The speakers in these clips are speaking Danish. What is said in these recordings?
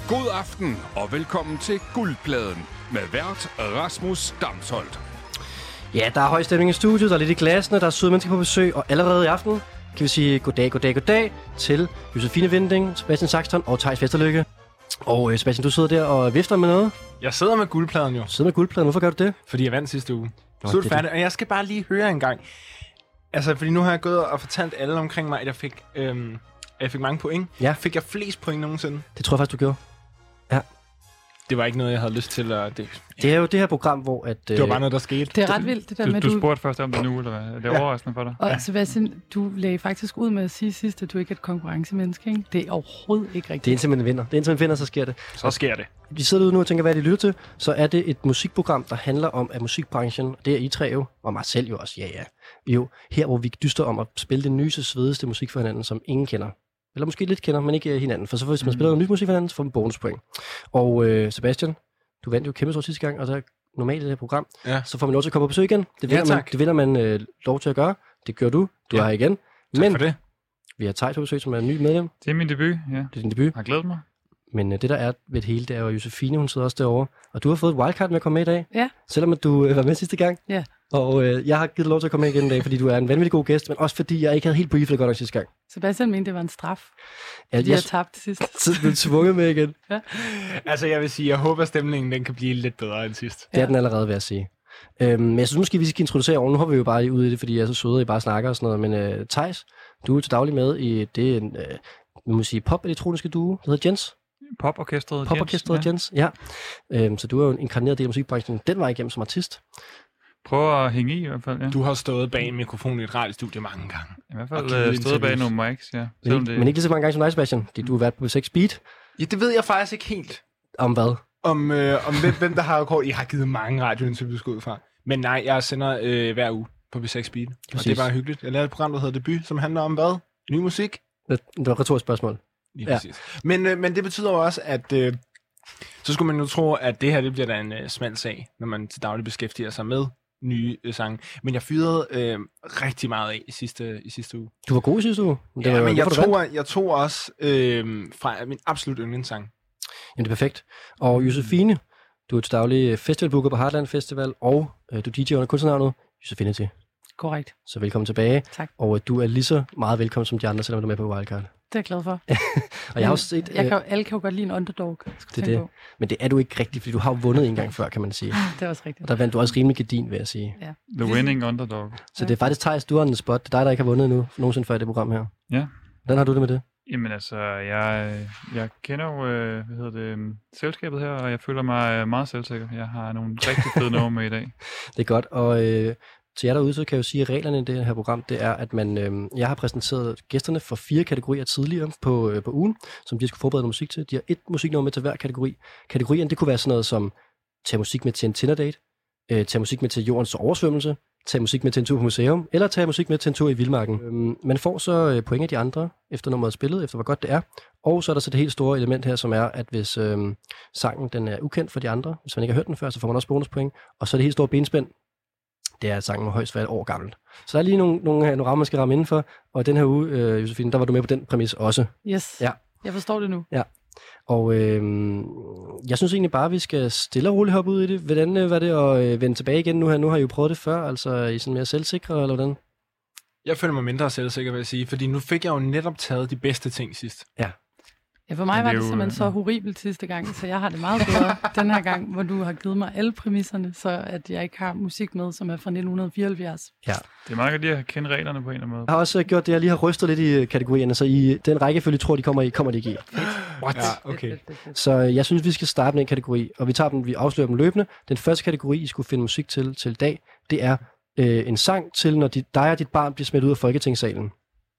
God aften og velkommen til Guldpladen med vært Rasmus Damsholdt. Ja, der er høj stemning i studiet, der er lidt i glassene, der er søde mennesker på besøg, og allerede i aften kan vi sige goddag til Josefine Winding, Sebastian Saxton og Theis Vesterlykke. Og Sebastian, du sidder der og vifter med noget. Jeg sidder med guldpladen jo. Sidder med guldpladen, hvorfor gør du det? Fordi jeg vandt sidste uge. Så er det færdigt, og jeg skal bare lige høre en gang. Altså, fordi nu har jeg gået og fortalt alle omkring mig, at jeg fik mange point. Ja. Fik jeg flest point nogensinde? Det tror jeg faktisk, du gjorde. Ja. Det var ikke noget, jeg havde lyst til at... Det er jo det her program, hvor at... Det var bare noget, der skete. Det er ret vildt, det der med, du spurgte først om det nu, eller hvad? Det er overraskende for dig. Og Sebastian, du lagde faktisk ud med at sige sidst, at du ikke er et konkurrencemenneske, ikke? Det er overhovedet ikke rigtigt. Det er indtil man vinder. Det er indtil man vinder, så sker det. Så sker det. Vi sidder ude nu og tænker, hvad de lytter til. Så er det et musikprogram, der handler om, at musikbranchen, det er I tre jo, og mig selv jo også, ja. Jo, her hvor vi dyster om at spille det nyeste, svedeste musik for hinanden, som ingen kender. Eller måske lidt kender, men ikke hinanden. For så hvis man spiller noget nyt musik for hinanden, så får man bonuspoint. Og Sebastian, du vandt jo kæmpe stort sidste gang, og så normalt i det her program, så får man lov til at komme på besøg igen. Det vinder man lov til at gøre. Det gør du. Du er her igen. Tak for det. Vi har Theis på besøg, som er en ny medlem. Det er min debut, ja. Det er din debut. Jeg har glædet mig. Men det der er ved det hele, det er jo Josefine, hun sidder også derovre. Og du har fået et wildcard med at komme med i dag. Ja. Selvom at du var med sidste gang. Ja. Og jeg har givet dig lov til at komme med igen i dag, fordi du er en vanvittig god gæst, men også fordi jeg ikke havde helt briefet godt nok sidste gang. Sebastian mente, det var en straf, fordi jeg tabte sidst. Så blev tvunget med igen. Ja. Altså, jeg vil sige, jeg håber, at stemningen den kan blive lidt bedre end sidst. Det er den allerede ved at sige. Men jeg synes måske, vi skal introducere over. Nu hopper vi jo bare ud i det, fordi jeg er så søde, og I bare snakker og sådan noget. Men Theis, du er til daglig med i det en pop-elektroniske duo, der hedder Jens. Pop-orkestret Jens, ja. Så du er jo en inkarneret del af musikbranchen. Den var igennem som artist. Prøv at hænge i hvert fald, ja. Du har stået bag en mikrofon i et radiostudie mange gange. I hvert fald stået bag nogle mics, ja. Men ikke lige så mange gange som dig, Sebastian. Du har været på 6 Beat. Ja, det ved jeg faktisk ikke helt. Om hvad? Om hvem der har rekord. Jeg har givet mange radiointerviews ud fra. Men nej, jeg sender hver uge på B6 Beat. Og det er bare hyggeligt. Jeg lavede et program, der hedder Debut, som handler om hvad? Ny musik. Det var et retorisk spørgsmål. Lige præcis. Men det betyder jo også, at så skulle man jo tro, at det her det bliver da en smal sag, når man til daglig beskæftiger sig med nye sange. Men jeg fyrede rigtig meget af i sidste uge. Du var god i sidste uge. Men jeg tog også fra min absolut yndlingssang. Jamen det er perfekt. Og Josefine, du er til daglig festivalbooker på Heartland Festival, og du DJ under kunstnernavnet Josefinity. Korrekt. Så velkommen tilbage. Tak. Og du er lige så meget velkommen som de andre, selvom du er med på Wildcard. Det er jeg glad for. Og jeg har også set... alle kan jo godt lide en underdog. Det er det. Men det er du ikke rigtigt, fordi du har jo vundet en gang før, kan man sige. Det er også rigtigt. Og der vandt du også rimelig gedin, vil jeg sige. Ja. The winning underdog. Så det er faktisk Theis, du er on the spot. Det er dig, der ikke har vundet endnu, nogensinde før i det program her. Ja. Hvordan har du det med det? Jamen altså, jeg kender jo, selskabet her, og jeg føler mig meget selvsikker. Jeg har nogle rigtig fede numre med i dag. Det er godt, og til jer derude, så kan jeg jo sige, at reglerne i det her program, det er, at jeg har præsenteret gæsterne for 4 kategorier tidligere på ugen, som de skulle forberede noget musik til. De har 1 musiknummer med til hver kategori. Kategorierne, det kunne være sådan noget som, tage musik med til en Tinder-date, tage musik med til jordens oversvømmelse, tage musik med til en tur på museum, eller tage musik med til en tur i vildmarken. Man får så point af de andre, efter nummeret er spillet, efter hvor godt det er. Og så er der så det helt store element her, som er, at hvis sangen den er ukendt for de andre, hvis man ikke har hørt den før, så får man også bonuspoint. Og så er det helt store benspænd, det er, at sangen må højst være et år gammelt. Så der er lige nogle rammer, man skal ramme indenfor. Og den her uge, Josefine, der var du med på den præmis også. Yes, ja. Jeg forstår det nu. Ja. Og jeg synes egentlig bare, at vi skal stille og roligt hoppe ud i det. Hvordan var det at vende tilbage igen nu her? Nu har I jo prøvet det før, altså I er sådan mere selvsikre, eller hvordan? Jeg føler mig mindre selvsikker, vil jeg sige, fordi nu fik jeg jo netop taget de bedste ting sidst. Ja. Ja, for mig var det simpelthen så horribelt sidste gang, så jeg har det meget bedre den her gang, hvor du har givet mig alle præmisserne, så at jeg ikke har musik med, som er fra 1974. Ja. Det er meget godt lige at kende reglerne på en eller anden måde. Jeg har også gjort det, jeg lige har rystet lidt i kategorierne, så i den rækkefølge tror de kommer de ikke i. What? Ja, okay. Så jeg synes, vi skal starte med en kategori, og vi afslører dem løbende. Den første kategori, I skulle finde musik til i dag, det er en sang til, når dig og dit barn bliver smidt ud af Folketingssalen.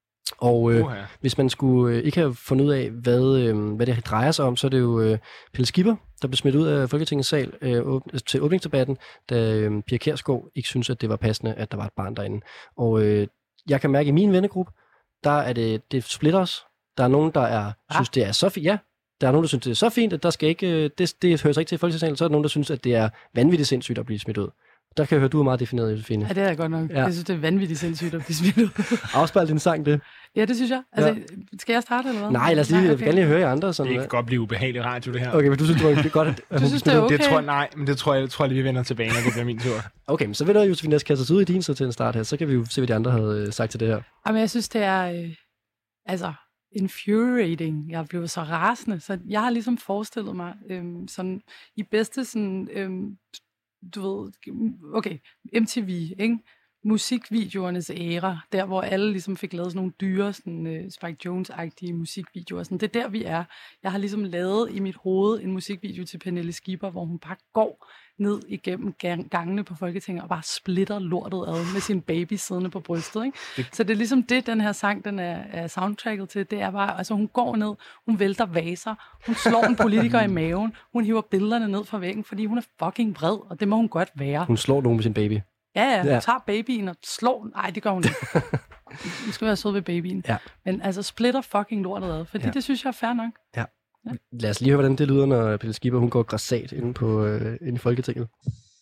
Og hvis man skulle ikke have fundet ud af, hvad det drejer sig om, så er det jo Pelle Skipper, der blev smidt ud af Folketingets sal til åbningsdebatten, da Pia Kjærsgaard ikke synes, at det var passende, at der var et barn derinde. Og jeg kan mærke, at i min vennegruppe, der er det splitter os. Der er nogen, der synes, det er så fint. Ja, der er nogen, der synes, det er så fint, at der skal ikke, det hører sig ikke til Folketingssalen. Så er der nogen, der synes, at det er vanvittigt sindssygt at blive smidt ud. der kan jeg høre, du er meget defineret, Josefine. Ja, det er godt nok. Ja. Jeg synes, det er vanvittigt sindssygt at blive smidt ud. Afspejl din sang, det. Ja, det synes jeg. Altså, skal jeg starte, eller hvad? Nej, lad os lige gerne lige høre jer andre. Sådan, det kan godt blive ubehageligt radio, det her. Okay, men du synes, det er godt, at du synes, det er okay? Det tror jeg, nej, men det tror jeg lige, vi vender tilbage, når det bliver min tur. Okay, men så vil der Josefine også kaste os ud i din så til en start her. Så kan vi jo se, hvad de andre havde sagt til det her. Jamen, jeg synes, det er infuriating. Jeg blev så rasende. Så jeg har ligesom forestillet mig sådan i bedste sådan, du ved, okay, MTV, ikke? Musikvideoernes æra, der hvor alle ligesom fik lavet sådan nogle dyre, sådan, Spike Jones-agtige musikvideoer. Sådan. Det er der, vi er. Jeg har ligesom lavet i mit hoved en musikvideo til Pernille Skipper, hvor hun bare går ned igennem gangene på Folketinget og bare splitter lortet ad med sin baby siddende på brystet. Ikke? Så det er ligesom det, den her sang, den er soundtracket til. Det er bare, altså hun går ned, hun vælter vaser, hun slår en politiker i maven, hun hiver billederne ned fra væggen, fordi hun er fucking vred, og det må hun godt være. Hun slår nogen med sin baby. Ja, hun tager babyen og slår... Nej, det gør hun ikke. Hun skal være sød ved babyen. Ja. Men altså splitter fucking lortet ad, fordi det synes jeg er fair nok. Ja. Lad os lige høre, hvordan det lyder, når Pernille Skipper, hun går grassat inde i Folketinget.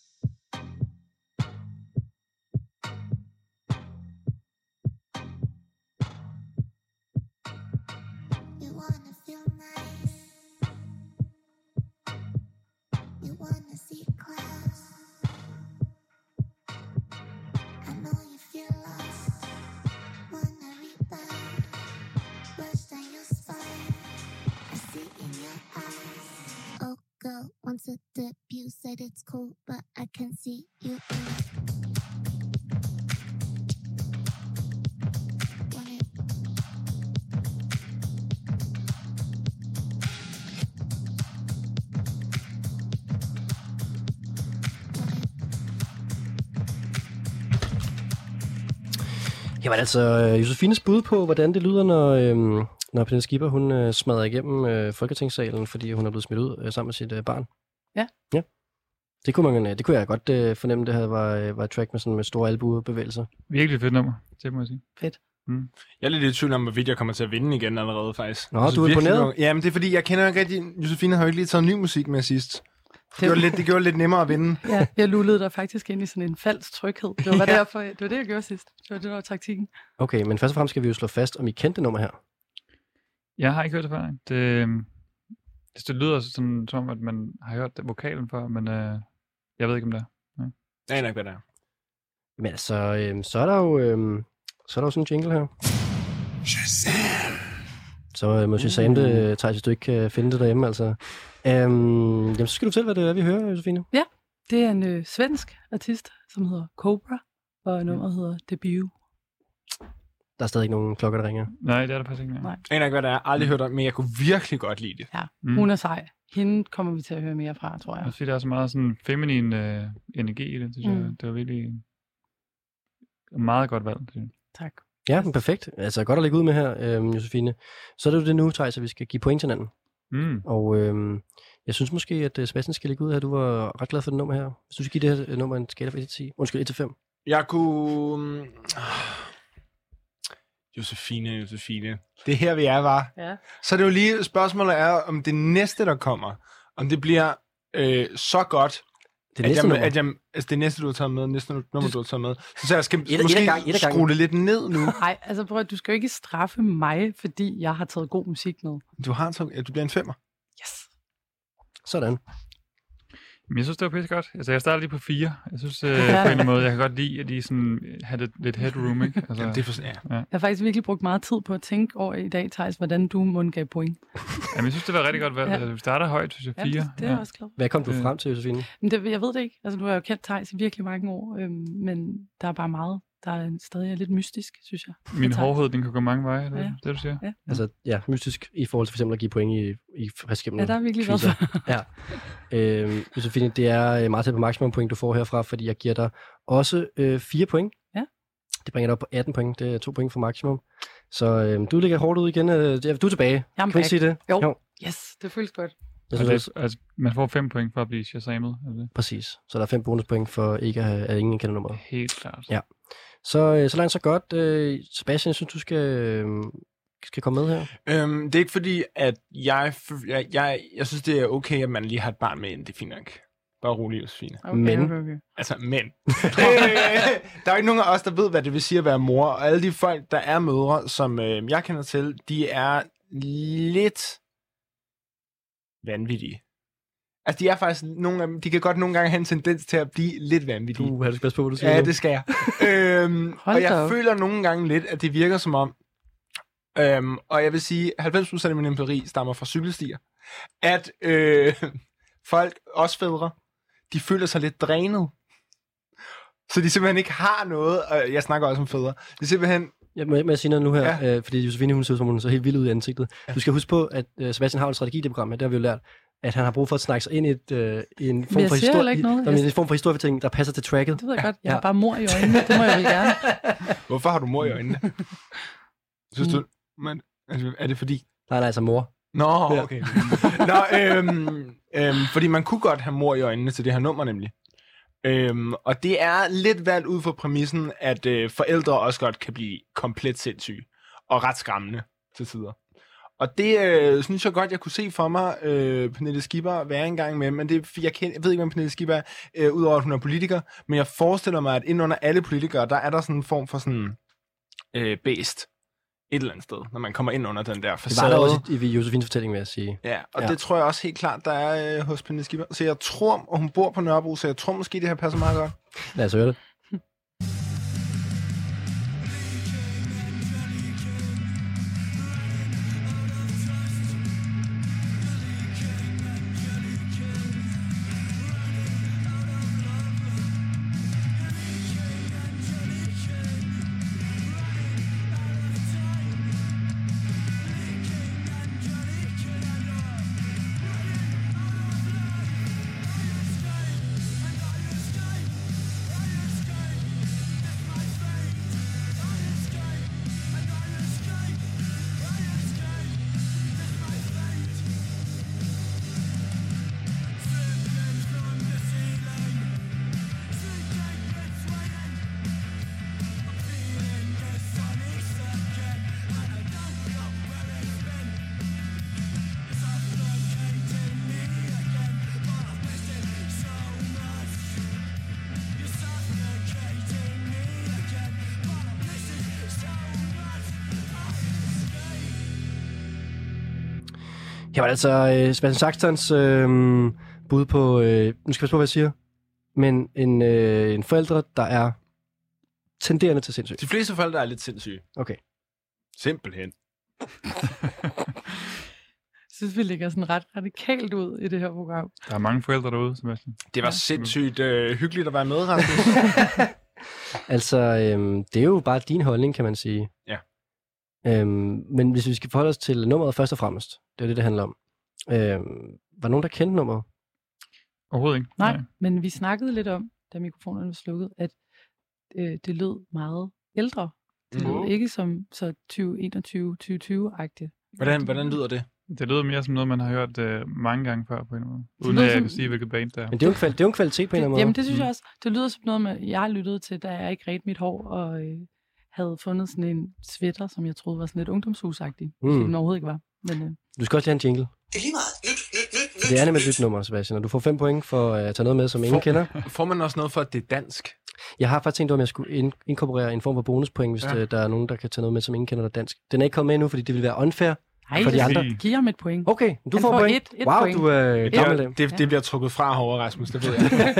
Once a debut said it's cool, but I can see you Jamen altså, Josefines bud på, hvordan det lyder, når Pernille Skipper, hun smadrer igennem Folketingssalen, fordi hun er blevet smidt ud sammen med sit barn. Ja. Ja. Det kunne jeg godt fornemme, det her var et track med store albuebevægelser. Virkelig fedt nummer, det må jeg sige. Fedt. Jeg er lidt i tvivl om, hvorvidt jeg kommer til at vinde igen allerede, faktisk. Nå, du er imponeret? Ja, men det er fordi, jeg kender ikke rigtig... Josefine har jo ikke lige taget ny musik med sidst. Det gjorde lidt nemmere at vinde. Ja, jeg lullede dig faktisk ind i sådan en falsk tryghed. Det var derfor, det var det, jeg gjorde sidst. Det var det, der var taktikken. Okay, men først og fremmest skal vi jo slå fast, om I kendte nummer her. Jeg har ikke hørt det før. Det lyder sådan, som at man har hørt vokalen før, men jeg ved ikke, om det er. Jeg aner ikke, hvad det er. Men altså, så er der jo sådan en jingle her. Shazam! Så må Shazam det, Thijs, hvis du ikke kan finde det derhjemme, altså. Jamen, så skal du fortælle, hvad det er, vi hører, Josefine. Ja, det er en svensk artist, som hedder Cobra, og nummeret hedder Debut. Der er stadig ikke nogen klokker, der ringer. Nej, det er der faktisk ikke mere. Nej. Jeg aner ikke, hvad det er. Aldrig hørt det, men jeg kunne virkelig godt lide det. Ja, hun er sej. Hende kommer vi til at høre mere fra, tror jeg. Jeg synes, der er så meget sådan feminin energi i det, synes jeg. Det var virkelig meget godt valg, synes jeg. Tak. Ja, men perfekt. Altså, godt at lægge ud med her, Josefine. Så er det jo det nu, Thijs, at vi skal give point til hinanden. Og jeg synes måske, at Sebastian skal lægge ud her. Du var ret glad for det nummer her. Hvis du skal give det her nummer en skala fra 1 til 10. Undskyld, 1 til 5. Jeg kunne... Josefine. Det er her, vi er, var. Ja. Så det er jo lige, spørgsmålet er, om det næste, der kommer, om det bliver så godt, det næste, du har taget med, næste nummer, du har taget med. Så jeg skal måske skrue det lidt ned nu. Nej, altså prøv at du skal jo ikke straffe mig, fordi jeg har taget god musik med. Du bliver en 5'er. Yes. Sådan. Men jeg synes, det var pisse godt. Altså, jeg starter lige på 4. Jeg synes, på en eller anden måde, jeg kan godt lide, at de sådan havde lidt headroom, ikke? Altså, Jamen, det er Jeg har faktisk virkelig brugt meget tid på at tænke over i dag, Thijs, hvordan du mundgav point. Jamen, jeg synes, det var rigtig godt valgt. Altså, vi starter højt, synes jeg, 4. Ja, det er jeg også glad. Hvad kom du frem til, Josefine? Men jeg ved det ikke. Altså, du har jo kendt Thijs i virkelig mange år, men der er bare meget, der er stadig lidt mystisk, synes jeg. Min hårdhed, den kan gå mange veje, det du siger. Ja. Altså, ja, mystisk i forhold til for eksempel at give point i friskemmende. Ja, der er virkelig godt for. Ja. Josefine, det er meget tæt på maksimum point, du får herfra, fordi jeg giver dig også 4 point. Ja. Det bringer dig op på 18 point. Det er 2 point for maksimum. Så du ligger hårdt ud igen. Du er tilbage. Jamen, kan vi sige det? Jo. Yes, det føles godt. Altså, man får 5 point for at blive shazamet. Præcis. Så der er 5 bonuspoint for ikke at ingen kender nummeret. Helt klart. Ja. Så langt så godt. Sebastian, jeg synes, du skal komme med her. Det er ikke fordi, at jeg synes, det er okay, at man lige har et barn med ind. Det er fint nok. Bare rolig, Josefine. Men- Okay. Altså, men. Der er jo ikke nogen af os, der ved, hvad det vil sige at være mor. Og alle de folk, der er mødre, som jeg kender til, de er lidt vanvittige. Altså, de er faktisk nogle af dem, de kan godt nogle gange have en tendens til at blive lidt vanvittige. Du skal passe på, hvad du siger. Ja, nu. det skal jeg. Hold Og da jeg op. føler nogle gange lidt, at det virker som om, og jeg vil sige, 90% af min empiri stammer fra cykelstier, at folk, også fædre, de føler sig lidt drænet. Så de simpelthen ikke har noget, og jeg snakker også om fædre, det er simpelthen, Må jeg sige noget nu her? Ja. Fordi Josefine, hun ser ud som hun så helt vild ud i ansigtet. Ja. Du skal huske på, at Sebastian har en strategi i det program, det har vi jo lært, at han har brug for at snakke sig ind i en form jeg for siger heller ikke noget. en form for historiefortælling, der passer til tracket. Det ved jeg godt. Jeg Ja. har bare mor i øjnene. Det må jeg vel gerne. hvorfor har du mor i øjnene? Synes du, men, altså, er det fordi? Nej, altså mor. Nå, Ja. okay. Nå, fordi man kunne godt have mor i øjnene til det her nummer nemlig. Og det er lidt valgt ud fra præmissen, at forældre også godt kan blive komplet sindssyge og ret skræmmende til tider. Og det synes jeg godt, jeg kunne se for mig Pernille Skipper være engang med, men det, jeg ved ikke, hvem Pernille Skipper er, udover at hun er politiker, men jeg forestiller mig, at inden under alle politikere, der er der sådan en form for sådan bæst et eller andet sted, når man kommer ind under den der Det facade. var der også i Josefines fortælling, vil jeg sige. Ja, og Ja. det tror jeg også helt klart, der er hos Pernille Skipper. Så jeg tror, og hun bor på Nørrebro, så jeg tror måske, det her passer meget godt. Lad os høre det. Her var altså Sebastian Saxtons bud på, nu skal jeg passe på, hvad jeg siger, men en forældre, der er tenderende til sindssyg. De fleste forældre er lidt sindssyge. Okay. Simpelthen. Jeg synes, vi ligger sådan ret radikalt ud i det her program. Der er mange forældre derude, Sebastian. Det var sindssygt hyggeligt at være med, Rasmus. Altså, det er jo bare din holdning, kan man sige. Ja. Men hvis vi skal forholde os til nummeret først og fremmest, det er det handler om. Var nogen, der kendte nummeret? Overhovedet ikke. Nej, men vi snakkede lidt om, da mikrofonerne var slukket, at det lød meget ældre. Det lød ikke som så 2021-2020-agtigt. Hvordan lyder det? Det lyder mere som noget, man har hørt mange gange før på en måde. Uden lyder at jeg som- kan sige, hvilket band det er. Men det er jo en kvalitet på en eller anden måde. Jamen, det synes jeg også. Det lyder som noget, jeg har lyttet til, da jeg ikke ret mit hår, og havde fundet sådan en sweater, som jeg troede var sådan lidt ungdomshusagtig. Fordi den overhovedet ikke var. Men, Du skal også lige have en jingle. Det er lige meget. Lyt. For det er nemlig et nyt nummer, Sebastian, og du får 5 point for at tage noget med, som ingen kender. Får man også noget for, at det er dansk? Jeg har faktisk tænkt om jeg skulle inkorporere en form for bonuspoint, hvis der er nogen, der kan tage noget med, som ingen kender, der er dansk. Den er ikke kommet med nu, fordi det vil være unfair nej, for de andre. giv ham et point. Okay, du Han får får point. et Wow, point. du er gammel. Det bliver trukket fra herovre, Rasmus, det ved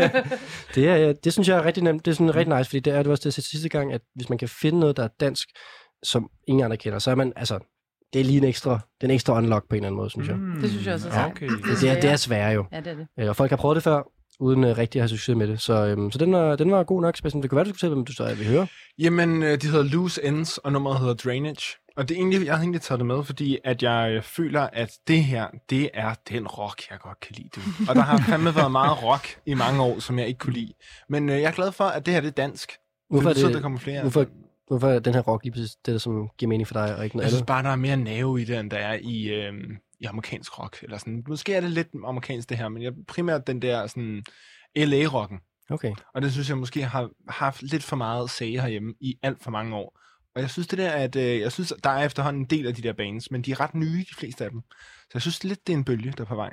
jeg. Det synes jeg er rigtig nemt. Det er sådan rigtig nice, fordi det er det også det, jeg sagde sidste gang, at hvis man kan finde noget, der er dansk, som ingen andre kender, så er man, altså, det er lige en ekstra unlock på en eller anden måde, synes jeg. Det synes jeg også er sejt. Okay. Det er svært jo. Ja, det er det. Og folk har prøvet det før, uden rigtig at have succes med det. Så den var god nok, Sebastian. Det kunne være, du skulle se, hvem du så vil høre. Jamen, de hedder Loose Ends, og nummeret hedder Drainage. Og det er egentlig, jeg har egentlig taget det med, fordi at jeg føler, at det her, det er den rock, jeg godt kan lide. Du. Og der har fandme været meget rock i mange år, som jeg ikke kunne lide. Men jeg er glad for, at det her det er dansk. Hvorfor er det betyder, det- at der kommer flere. Hvorfor er den her rock lige præcis det, som giver mening for dig, og ikke noget Jeg synes andet? bare, der er mere nerve i det, end der er i amerikansk rock. Eller sådan. Måske er det lidt amerikansk det her, men primært den der sådan LA-rocken. Okay. Og det synes jeg måske har haft lidt for meget sage herhjemme i alt for mange år. Og jeg synes det der, at jeg synes, der er efterhånden en del af de der bands, men de er ret nye, de fleste af dem. Så jeg synes lidt, det er en bølge, der er på vej.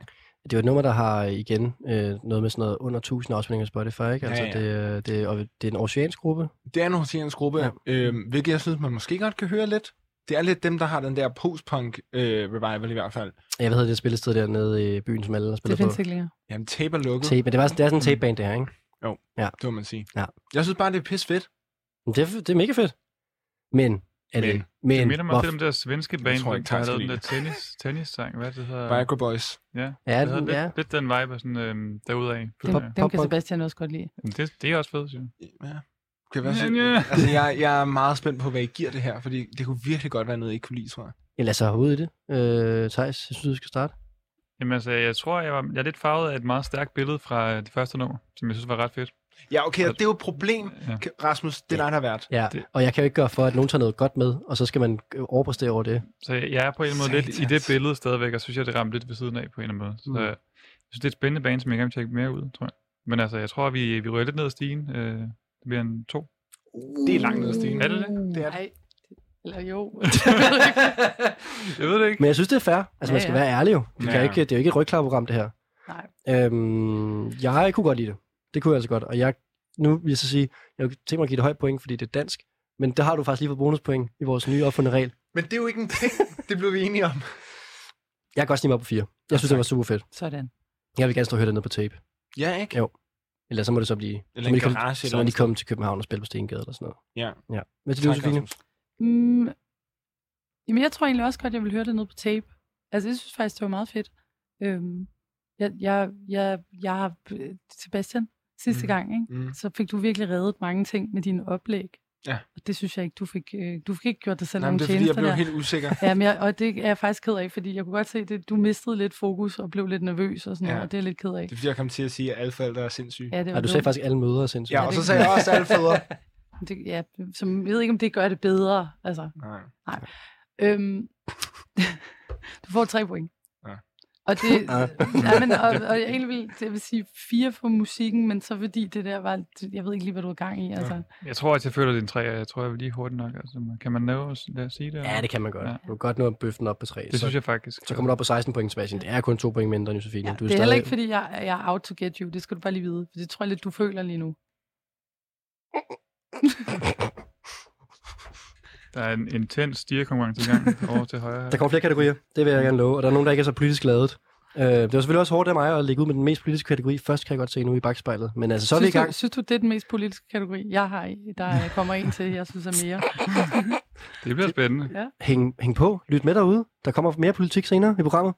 Det er jo et nummer, der har igen noget med sådan noget under 1000 afspilninger på Spotify, ikke? Altså, Ja. det er en oceansk gruppe. Det er en oceansk gruppe, hvilket jeg synes, man måske godt kan høre lidt. Det er lidt dem, der har den der post-punk revival i hvert fald. Jeg ved, det spillested dernede i byen, som alle spiller Det på. findes ikke længere. Jamen, Tape er lukket. Tape, men det er sådan en tapeband, det her, ikke? Jo, Ja. det må man sige. Ja. Jeg synes bare, det er pis fedt. Men det er mega fedt. Men Det minder mig lidt om det der svenske band, tror ikke, der har tak lavet den skal der tennis-sang. Hvad det hedder? Viagra Boys. Ja, Ja, det havde ja. lidt den vibe sådan, derudaf. Dem, føler jeg. dem kan Sebastian også godt lide. Men det er også fedt, synes jeg. Ja. Kan være Ja. Altså, jeg er meget spændt på, hvad I giver det her, fordi det kunne virkelig godt være noget, I ikke kunne lide, tror jeg. Jeg lader sig hovedet i det. Thijs, jeg synes, du skal starte. Jamen altså, jeg tror, jeg er lidt farvet af et meget stærkt billede fra det første nummer, som jeg synes var ret fedt. Ja, okay, det er jo et problem, Rasmus. Det er dig, der er vært. Ja, Det- og jeg kan jo ikke gøre for, at nogen tager noget godt med, og så skal man overpræstere over det. Så jeg er på en måde lidt i Satans. det billede stadigvæk, og synes jeg, det ramte lidt ved siden af på en eller anden måde. Så jeg synes, det er et spændende band, som jeg gerne vil tjekke mere ud, tror jeg. Men altså, jeg tror, at vi ryger lidt ned ad stigen. Det bliver en 2. Det er langt ned ad stigen. Er det det? Det er det. Nej. Eller jo. Jeg ved det ikke. Men jeg synes, det er fair. Altså, man skal være ærlig jo. Det er jo ikke et rygklarprogram, det her. Nej. Jeg kunne godt lide det. Det kunne jeg altså godt. Og nu vil jeg så sige, jeg kunne tænke mig at give det højt point, fordi det er dansk. Men der har du faktisk lige fået bonuspoint i vores nye opfundne regel. Men det er jo ikke en ting. Det blev vi enige om. Jeg kan godt snige mig op på 4. Jeg synes, det var super fedt. Sådan. Jeg vil gerne stå og høre det ned på tape. Ja, ikke? Jo. Eller så må det så blive... Eller så må en de komme, garage så eller må de andet komme til København og spille på Stengade eller sådan noget. Ja. Ja. Hvad til du, Sofie? Jamen, jeg tror egentlig også godt, jeg vil høre det ned på tape. Altså, jeg synes faktisk, det var meget fedt. Jeg har Sebastian sidste gang, ikke? Så fik du virkelig reddet mange ting med dine oplæg. Ja. Og det synes jeg ikke, du fik ikke gjort dig selv Nej, nogle men det er fordi, jeg tjenester blev der. helt usikker. Ja, og det er jeg faktisk ked af, fordi jeg kunne godt se, at du mistede lidt fokus og blev lidt nervøs og sådan noget, og det er jeg lidt ked af. Det er fordi, jeg kom til at sige, at alle forældre er sindssyge. Ja, det var Du sagde faktisk, alle møder er sindssygt. Ja, og så sagde jeg også alle fædre. Ja, så jeg ved ikke, om det gør det bedre. Altså. Nej. Du får 3 point. Ja. Og det, og jeg egentlig vil sige 4 for musikken, men så fordi det der var, jeg ved ikke lige, hvad du er gang i. Altså. Jeg tror, at jeg føler, det er en 3. Jeg tror, jeg vil lige hurtigt nok. Altså, kan man lade at sige det? Ja, det kan man godt. Ja. Du kan godt nå at bøffe den op på 3. Det synes jeg faktisk. Så kommer du op på 16 point, Sebastian. Det er kun 2 point mindre end Josefine. Ja, Du det er heller ikke, fordi jeg er out to get you. Det skal du bare lige vide. For det tror jeg lidt, du føler lige nu. Der er en intens stigerkonkurrence i gang over til højre. Der kommer flere kategorier, det vil jeg gerne love. Og der er nogen, der ikke er så politisk ladet. Det var selvfølgelig også hårdt af mig at lægge ud med den mest politiske kategori. Først kan jeg godt se nu i bagspejlet. Men altså, så er vi i gang. Synes du, det er den mest politiske kategori, jeg har i? Der kommer en til, jeg synes er mere. Det bliver spændende. Ja. Hæng på. Lyt med derude. Der kommer mere politik senere i programmet.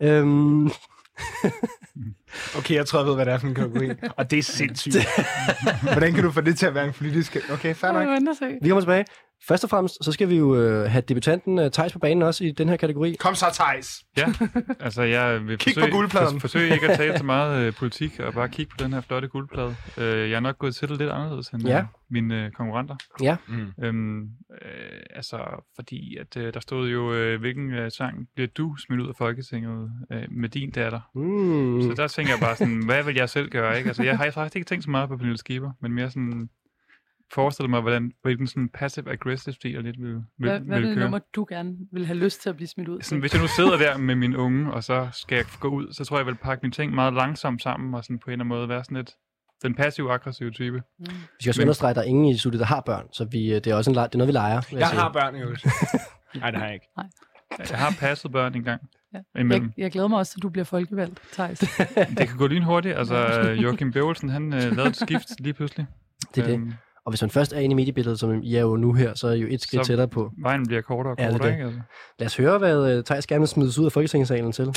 Okay, jeg tror, jeg ved, hvad det er for en kategori. Og det er sindssygt. Hvordan kan du få det til at være en politisk... Okay, fair nok. Vi kommer tilbage. Først og fremmest, så skal vi jo have debutanten Thijs på banen også i den her kategori. Kom så, Thijs. Ja, altså jeg vil Kig på guldpladen. forsøge ikke at tale så meget politik, og bare kigge på den her flotte guldplade. Jeg er nok gået til det lidt anderledes end mine konkurrenter. Ja. Altså, fordi at der stod jo, hvilken sang bliver du smidt ud af Folketinget med din datter? Så der tænker jeg bare sådan, hvad vil jeg selv gøre, ikke? Altså, jeg har faktisk ikke tænkt så meget på Pernille Skipper, men mere sådan... forestille mig, hvilken sådan passive-aggressive stil jeg lidt vil Hvad er det køre. nummer, du gerne vil have lyst til at blive smidt ud? Sådan, hvis jeg nu sidder der med min unge, og så skal jeg gå ud, så tror jeg, jeg vil pakke mine ting meget langsomt sammen, og sådan på en eller anden måde være sådan lidt den passive-aggressive type. Vi skal også understrege, at der er ingen i studiet, der har børn, så det er også det er noget, vi leger. Jeg har børn, jo. Nej, det har jeg ikke. Nej. Jeg har passet børn engang. Ja. Jeg glæder mig også, at du bliver folkevalgt, Thijs. Det kan gå lynhurtigt. Altså, Joachim B. Olsen, han lavede et skift lige pludselig. Det er det. Og hvis man først er inde i mediebilledet, som I er jo nu her, så er I jo et skridt tættere på. Vejen bliver kortere og kortere, ikke? Altså. Lad os høre, hvad Thijs gerne vil smides ud af Folketingssalen til.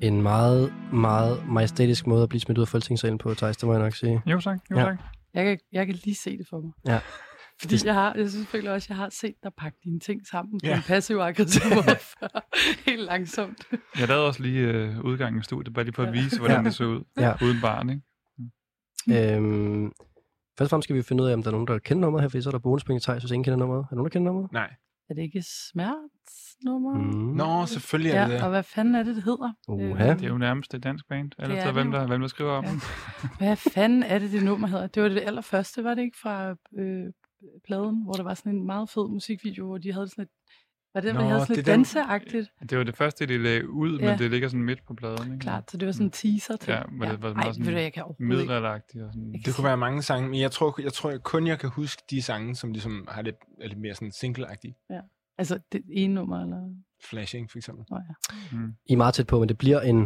En meget, meget majestætisk måde at blive smidt ud af Folketingssalen på, Theis, det må jeg nok sige. Jo tak. Jeg kan lige se det for mig. Ja. Fordi jeg synes selvfølgelig også, at jeg har set dig pakke dine ting sammen på en passiv-aggressiv måde før. Helt langsomt. Jeg lavede også lige udgangen af studiet, bare lige for at vise, hvordan det så ud. Uden barn, ikke? Først og fremmest skal vi finde ud af, om der er nogen, der kender nummeret her, for så er der bonuspenge i Theis, hvis ingen kender nummeret. Er der nogen, der kender nummeret? Nej. Er det ikke smertsnummer? Nå, selvfølgelig er det det. Og hvad fanden er det hedder? Det er jo nærmest et dansk band. Eller så hvem der skriver om den. Hvad fanden er det nummer hedder? Det var det allerførste, var det ikke, fra pladen, hvor der var sådan en meget fed musikvideo, hvor de havde sådan et... Var det, hvor de havde sådan lidt danseagtigt? Det var det første, de lagde ud, men det ligger sådan midt på pladen. Ikke? Klart, så det var sådan en teaser til. Ja, men det var meget sådan middelalderagtigt. Det kunne være mange sange, men jeg tror kun, jeg kan huske de sange, som ligesom har lidt mere sådan single-agtige. Ja, altså det ene nummer, eller... Flashing, for eksempel. I er meget tæt på, men det bliver en...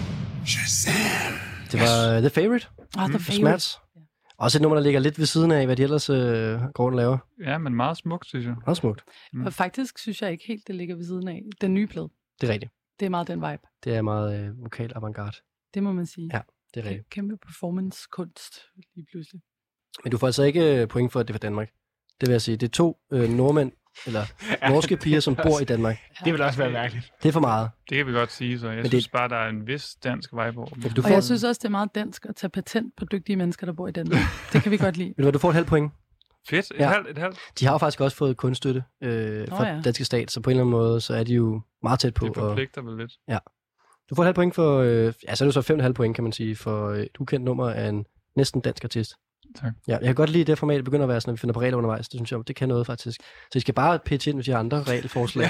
Det var The Favorite. The Favorite. Smerts. Også et nummer, der ligger lidt ved siden af, hvad de ellers går og laver. Ja, men meget smukt, synes jeg. Meget smukt. Og faktisk synes jeg ikke helt, det ligger ved siden af den nye plade. Det er rigtigt. Det er meget den vibe. Det er meget vokal avantgarde. Det må man sige. Ja, det er rigtigt. Kæmpe performance-kunst lige pludselig. Men du får altså ikke point for, at det er fra Danmark. Det vil jeg sige. Det er 2 nordmænd, eller norske piger, som bor i Danmark. Det vil også være mærkeligt. Det er for meget. Det kan vi godt sige, så jeg synes bare, der er en vis dansk vibe over. Og jeg synes også, det er meget dansk at tage patent på dygtige mennesker, der bor i Danmark. Det kan vi godt lide. Ved du hvad, du får et halvt point. Fedt, et halvt. De har jo faktisk også fået kunststøtte fra danske stat, så på en eller anden måde, så er de jo meget tæt på. Det forpligter vel lidt. Ja. Du får et halvt point for, så er det så 5,5 point, kan man sige, for et ukendt nummer af en næsten dansk artist. Tak. Ja, jeg kan godt lide det format, det begynder at være sådan, at vi finder på regler undervejs. Det synes jeg, det kan noget faktisk. Så I skal bare pitche ind, hvis I har andre regelforslag.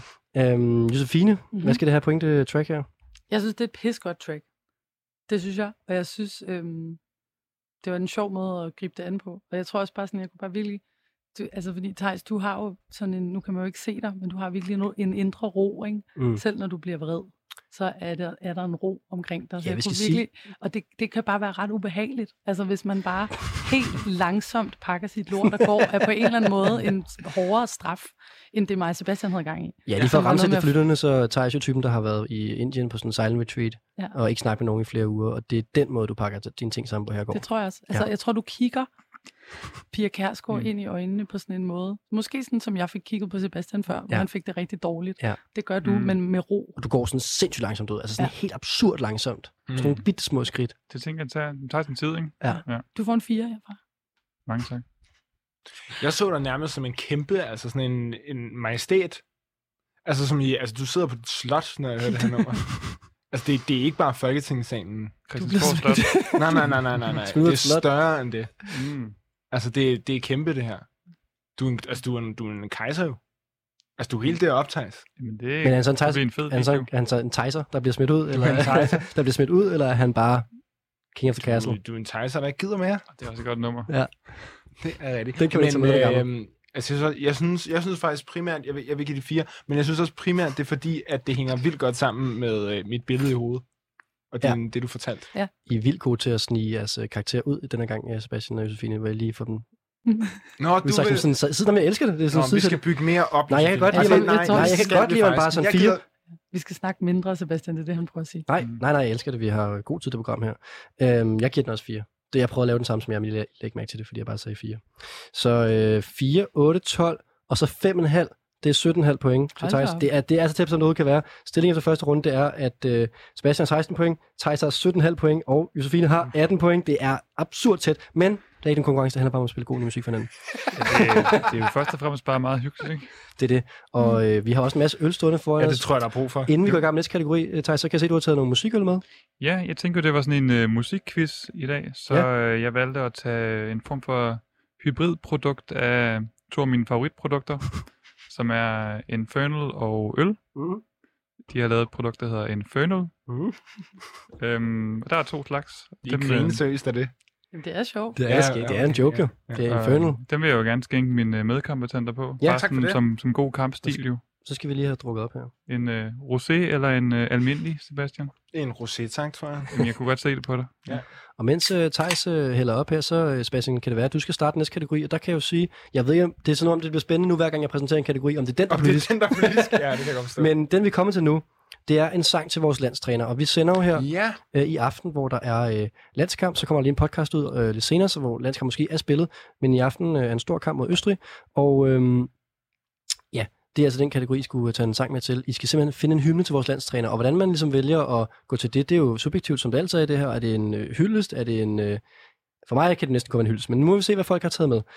Josefine, hvad skal det her pointe track her? Jeg synes, det er et pissegodt track. Det synes jeg. Og jeg synes, det var en sjov måde at gribe det an på. Og jeg tror også bare sådan, jeg kunne bare virkelig... Altså fordi, Theis, du har jo sådan en... Nu kan man jo ikke se dig, men du har virkelig en indre ro, ikke? Selv når du bliver vred, så er der en ro omkring dig. Ja, vi skal virkelig, og det kan bare være ret ubehageligt. Altså hvis man bare helt langsomt pakker sit lort og går, er på en eller anden måde en hårdere straf, end det mig og Sebastian havde gang i. Ja, lige for at ramse det flytterne, så Theis jo typen, der har været i Indien på sådan en silent retreat, og ikke snakket med nogen i flere uger, og det er den måde, du pakker dine ting sammen på her går. Det tror jeg også. Altså, jeg tror, du kigger Pia Kjærsgaard ind i øjnene på sådan en måde. Måske sådan, som jeg fik kigget på Sebastian før, hvor han fik det rigtig dårligt. Ja. Det gør du, men med ro. Og du går sådan sindssygt langsomt ud. Altså sådan helt absurd langsomt. Sådan nogle bitte små skridt. Det tænker jeg, tager sin tid, ikke? Ja. Du får en 4 herfra. Mange tak. Jeg så dig nærmest som en kæmpe, altså sådan en majestæt. Altså som i, altså du sidder på et slot, når jeg hører det her nummer. Altså det er ikke bare Folketingssalen. Christiansborg Slot. Nej. Det er større end det. Altså det er kæmpe det her. Du er en kejser jo. Altså du er helt deroppe, Theis. Men er han så en Theiser, der bliver smidt ud? Eller der bliver smidt ud, eller er han bare King of the Castle? Du er en Theiser, der ikke gider mere. Det er også et godt nummer. Ja. Det er rigtigt. Det kan man tage med altså, jeg synes faktisk primært, jeg vil give det 4, men jeg synes også primært, det er fordi, at det hænger vildt godt sammen med mit billede i hovedet. Og det, du fortalte. Ja. I er vildt gode til at snige jeres karakter ud denne gang, Sebastian og Josefine, hvor jeg lige får dem... Nå, du vil... Siden jeg elsker det. Det er sådan, vi skal bygge mere op. Nej, jeg kan godt lide, at man bare sådan 4... Vi skal snakke mindre, Sebastian, det er det, han prøver at sige. Nej, jeg elsker det. Vi har god tid til program her. Jeg giver den også 4. Det jeg prøver at lave den samme som jeg, men jeg lægger mærke til det, fordi jeg bare sagde 4. Så 4, 8, 12, og så 5,5. Det er 17,5 point til Theis. Det er så tæt, som noget kan være. Stillingen efter første runde, det er, at Sebastian har 16 point, Theis har 17,5 point, og Josefine har 18 point. Det er absurd tæt, men det er ikke en konkurrence, der handler bare om at spille god musik for hinanden. Det er jo først og fremmest bare meget hyggeligt, ikke? Det er det. Og vi har også en masse øl stående foran os. Ja, det tror jeg, der er brug for. Inden vi går i gang med næste kategori, Theis, så kan jeg se, at du har taget nogle musikøl med. Ja, jeg tænker, det var sådan en musikquiz i dag, så jeg valgte at tage en form for hybridprodukt af 2 af mine favoritprodukter, som er Infernal og øl. De har lavet et produkt, der hedder Infernal. Der er 2 slags. De er grinesøst af det. Jamen, det er sjovt. Det er en joke, jo. Det er Infernal. Den vil jeg jo gerne skænke mine medkompetenter på. Ja, tak for det. Som god kampstil jo. Så skal vi lige have drukket op her. En rosé eller en almindelig, Sebastian? En rosé, tak, tror jeg. Jamen, jeg kunne godt se det på dig. Ja. Og mens Theis hælder op her, så Sebastian, kan det være, at du skal starte næste kategori, og der kan jeg jo sige, jeg ved ikke, det er sådan om, det bliver spændende nu, hver gang jeg præsenterer en kategori, om det er den, der er politisk. Ja, det kan jeg godt forstå. Men den vi kommer til nu, Det er en sang til vores landstræner, og vi sender jo her i aften, hvor der er landskamp, så kommer der lige en podcast ud lidt senere, så hvor landskamp måske er spillet, men i aften er en stor kamp mod Østrig, og det er altså den kategori, I skulle tage en sang med til. I skal simpelthen finde en hymne til vores landstræner, og hvordan man ligesom vælger at gå til det er jo subjektivt, som det altid er det her. Er det en hyldest? Er det en... For mig kan det næsten kun være en hyldest, men nu må vi se, hvad folk har taget med.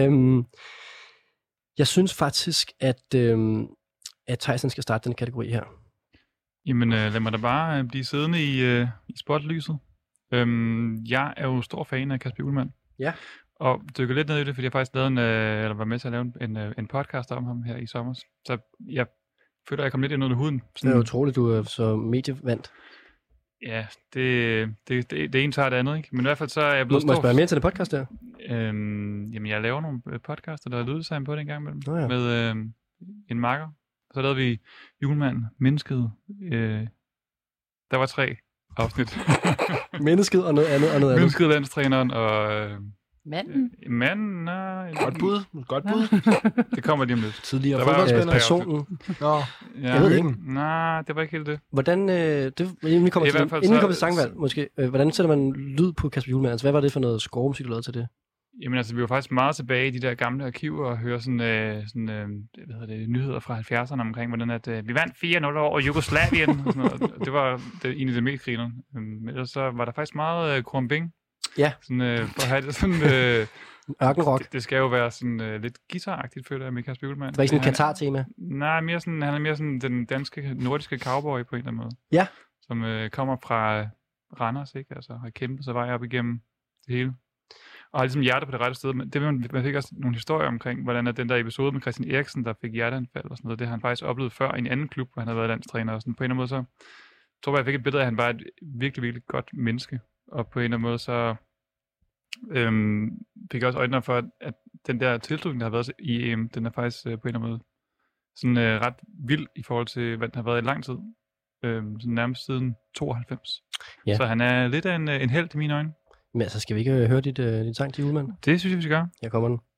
Jeg synes faktisk, at Theisen skal starte den kategori her. Jamen, lad mig da bare blive siddende i spotlyset. Jeg er jo stor fan af Kasper Hjulmand. Ja. Og dykker lidt ned i det, fordi jeg faktisk lavede var med til at lave en podcast om ham her i sommer. Så jeg føler, at jeg kom lidt ind under huden. Sådan, det er utroligt, du er så medievandt. Ja, det ene tager det andet, ikke? Men i hvert fald så er jeg blevet Må jeg spørge mere til det podcast der? Jamen, jeg laver nogle podcaster, der er lyddesign på det en gang imellem. Med en makker. Så lavede vi Hjulmand, Mennesket. Der var 3 afsnit. Mennesket og noget andet. Mennesket, landstræneren og... Manden? Nej. Godt bud. Det kommer lige om lidt. Tidligere fodboldspiller. Personen. Nå. Ja. Jeg ved ikke. Nej, det var ikke helt det. Hvordan, inden vi kommer til sangvalg, måske, hvordan sætter man lyd på Kasper Hjulmand? Altså, hvad var det for noget scoremusik, du lavede til det? Jamen altså, vi var faktisk meget tilbage i de der gamle arkiver og høre nyheder fra 70'erne omkring, hvordan at vi vandt 4-0 over Jugoslavien. Og sådan noget. Det var en af de mest grinerne. Men ellers så var der faktisk meget Krumbing. Ja. Sådan, for at have det sådan... Ørkenrock. Det skal jo være sådan lidt guitaragtigt, føler jeg, med Kasper Hjulmand. Det var ikke sådan en Katar-tema? Nej, han er mere sådan den danske, nordiske cowboy på en eller anden måde. Ja. Som kommer fra Randers, ikke? Altså har kæmpet sig vej op igennem det hele. Og har ligesom hjerte på det rette sted. Men man fik også nogle historier omkring, hvordan at den der episode med Christian Eriksen, der fik hjerteanfald og sådan noget, det har han faktisk oplevet før i en anden klub, hvor han havde været landstræner. Og sådan på en eller anden måde så tror jeg fik et billede af, at han var et virkelig, virkelig godt menneske. Og på en eller anden måde så fik jeg også øjnene for, at den der tilslutning, der har været i EM, den er faktisk på en eller anden måde sådan ret vild i forhold til, hvad den har været i lang tid. Sådan nærmest siden 92. Ja. Så han er lidt af en helt i mine øjne. Men altså, skal vi ikke høre dit sang til Hjulmand? Det synes jeg, vi skal gøre. Her kommer den.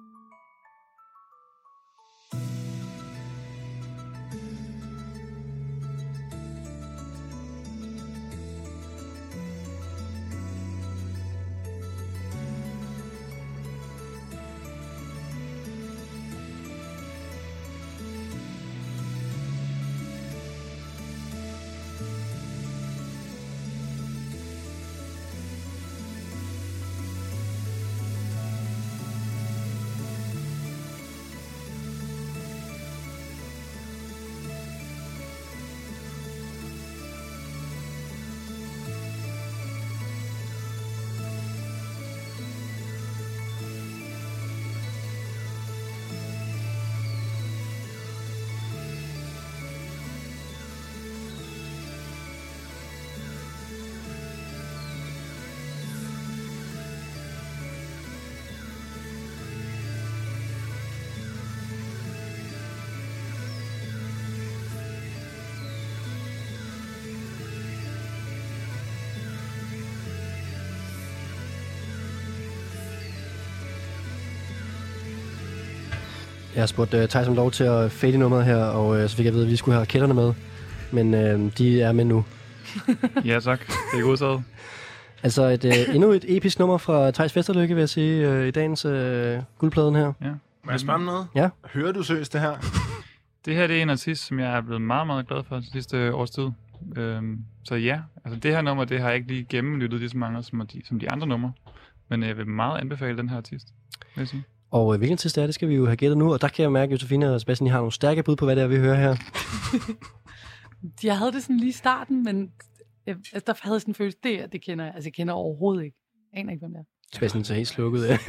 Jeg har spurgt Theis om lov til at fade i nummeret her, og så fik jeg at vide, at vi skulle have raketterne med. Men de er med nu. Ja, tak. Det er godtaget. Altså endnu et episk nummer fra Theis Vesterlykke, vil jeg sige, i dagens guldpladen her. Ja. Må jeg spørge om noget? Ja. Hører du seriøst det her? Det her det er en artist, som jeg er blevet meget, meget glad for de sidste års tid. Så ja, altså det her nummer, det har jeg ikke lige gennemlyttet lige så mange som de andre numre. Men jeg vil meget anbefale den her artist, vil jeg sige. Og hvilken artist er det, skal vi jo have gættet nu. Og der kan jeg mærke, at Josefine og Sebastian, I har nogle stærke bud på, hvad det er, vi hører her. Jeg havde det sådan lige i starten, men der havde jeg sådan en følelse, det kender jeg. Altså jeg kender overhovedet ikke. Jeg aner ikke, hvem det er. Sebastian så helt slukket af.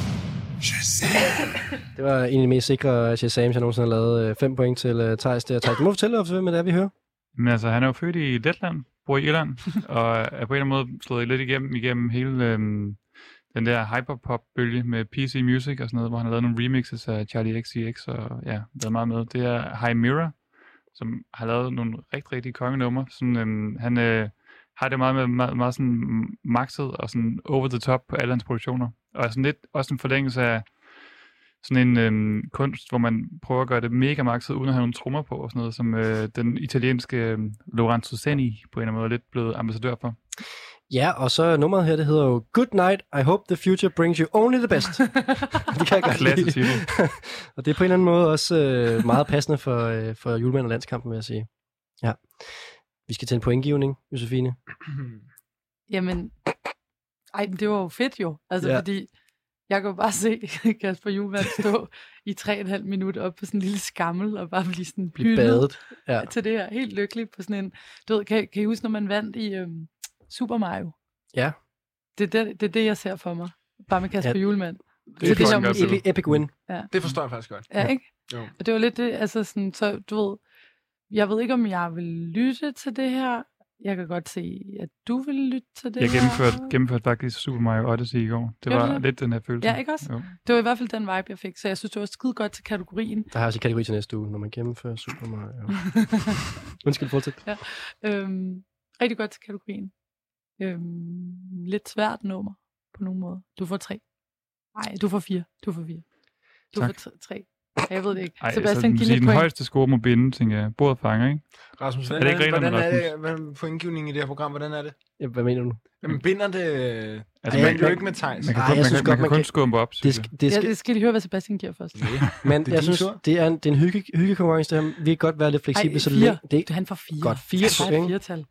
Det var en af de mest sikre Shazam, jeg nogensinde har lavet. 5 point til Theis der. Theis, du må fortælle os, hvem det er, vi hører. Men altså, han er jo født i Letland, bor i Irland, og er på en eller anden måde slået lidt igennem hele den der hyperpop-bølge med PC Music og sådan noget, hvor han har lavet nogle remixes af Charlie XCX og ja, været meget med. Det er High Mirror, som har lavet nogle rigtig, rigtig kongenumre. Han har det meget sådan maxet og sådan over the top på alle hans produktioner. Og sådan lidt også en forlængelse af sådan en kunst, hvor man prøver at gøre det mega makset, uden at have nogle trommer på og sådan noget, som den italienske Lorenzo Senni på en eller anden måde er lidt blevet ambassadør for. Ja, og så nummeret her, det hedder jo Good Night, I Hope the Future Brings You Only the Best. Det kan jeg godt lide. Klasse Og det er på en eller anden måde også meget passende for Julemand og Landskampen, vil jeg sige. Ja. Vi skal til en pointgivning, Josefine. Jamen, det var jo fedt jo. Altså, Ja. fordi jeg kan jo bare se Kasper Hjulmand stå i 3,5 minutter op på sådan en lille skammel, og bare blive sådan hyldet Badet. Ja. til det her. Helt lykkelig på sådan en... Du ved, kan I huske, når man vandt i Super Mario? Ja. Det er det, jeg ser for mig. Bare med Kasper Ja. Hjulmand. Det er det fucking godt billede. Epic win. Det forstår jeg faktisk godt. Ja, ikke? Jo. Og det var lidt det, altså sådan, så du ved, jeg ved ikke, om jeg vil lytte til det her. Jeg kan godt se, at du vil lytte til det Jeg her. gennemførte faktisk Super Mario Odyssey i går. Det Gjorde var du det? lidt den her følelse. Ja, ikke også? Jo. Det var i hvert fald den vibe, jeg fik, så jeg synes, det var skide godt til kategorien. Der har jeg også en kategori til næste uge, når man gennemfører Super Mario. Undskyld, fortsæt. Rigtig godt til kategorien. Lidt svært nummer på nogen måde. Du får 3. Nej, du får 4. Du får 4. Du Tak. får 3. Jeg ved det ikke. Ej, Sebastian, så giv den lidt point. højeste score må binde, tænker jeg. Bordet fanger, ikke? Rasmus, Er det ikke reglerne, hvordan er Rasmus? det, hvad pointgivningen i det her program, hvordan er det? Ja, hvad mener du? Jamen, binder det... Altså, Ej, man jo ikke med Thijs. Man kan, Ej, kun, jeg man synes kan, godt, man kan man kun kan- skubbe op, Det, synes jeg. det Ja, skal, det skal de høre, hvad Sebastian giver først. men det er jeg din synes, tur. det er en hyggekonkurrence, det her. Vi kan godt være lidt fleksible, så 4. længe... Det, Han får 4. Godt, 4 Jeg tager point. et 4-tal.